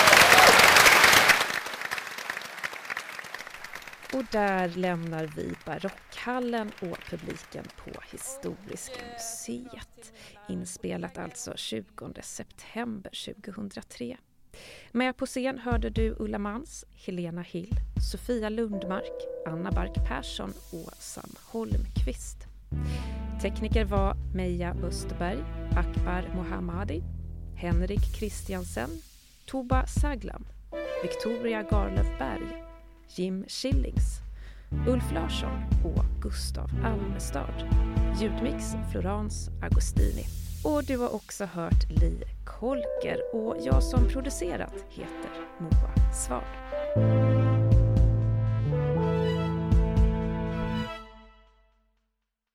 Och där lämnar vi Barockhallen och publiken på Historiska museet. Inspelat alltså 20 september 2003. Med på scen hörde du Ulla Mans, Helena Hill, Sofia Lundmark, Anna Bark Persson och Sam Holmqvist. Tekniker var Meja Österberg, Akbar Mohammadi, Henrik Christiansen, Toba Saglam, Victoria Garlöfberg, Jim Schillings, Ulf Larsson och Gustav Almestad. Ljudmix Florence Agostini. Och du har också hört Li Kolker och jag som producerat heter Moa Svard.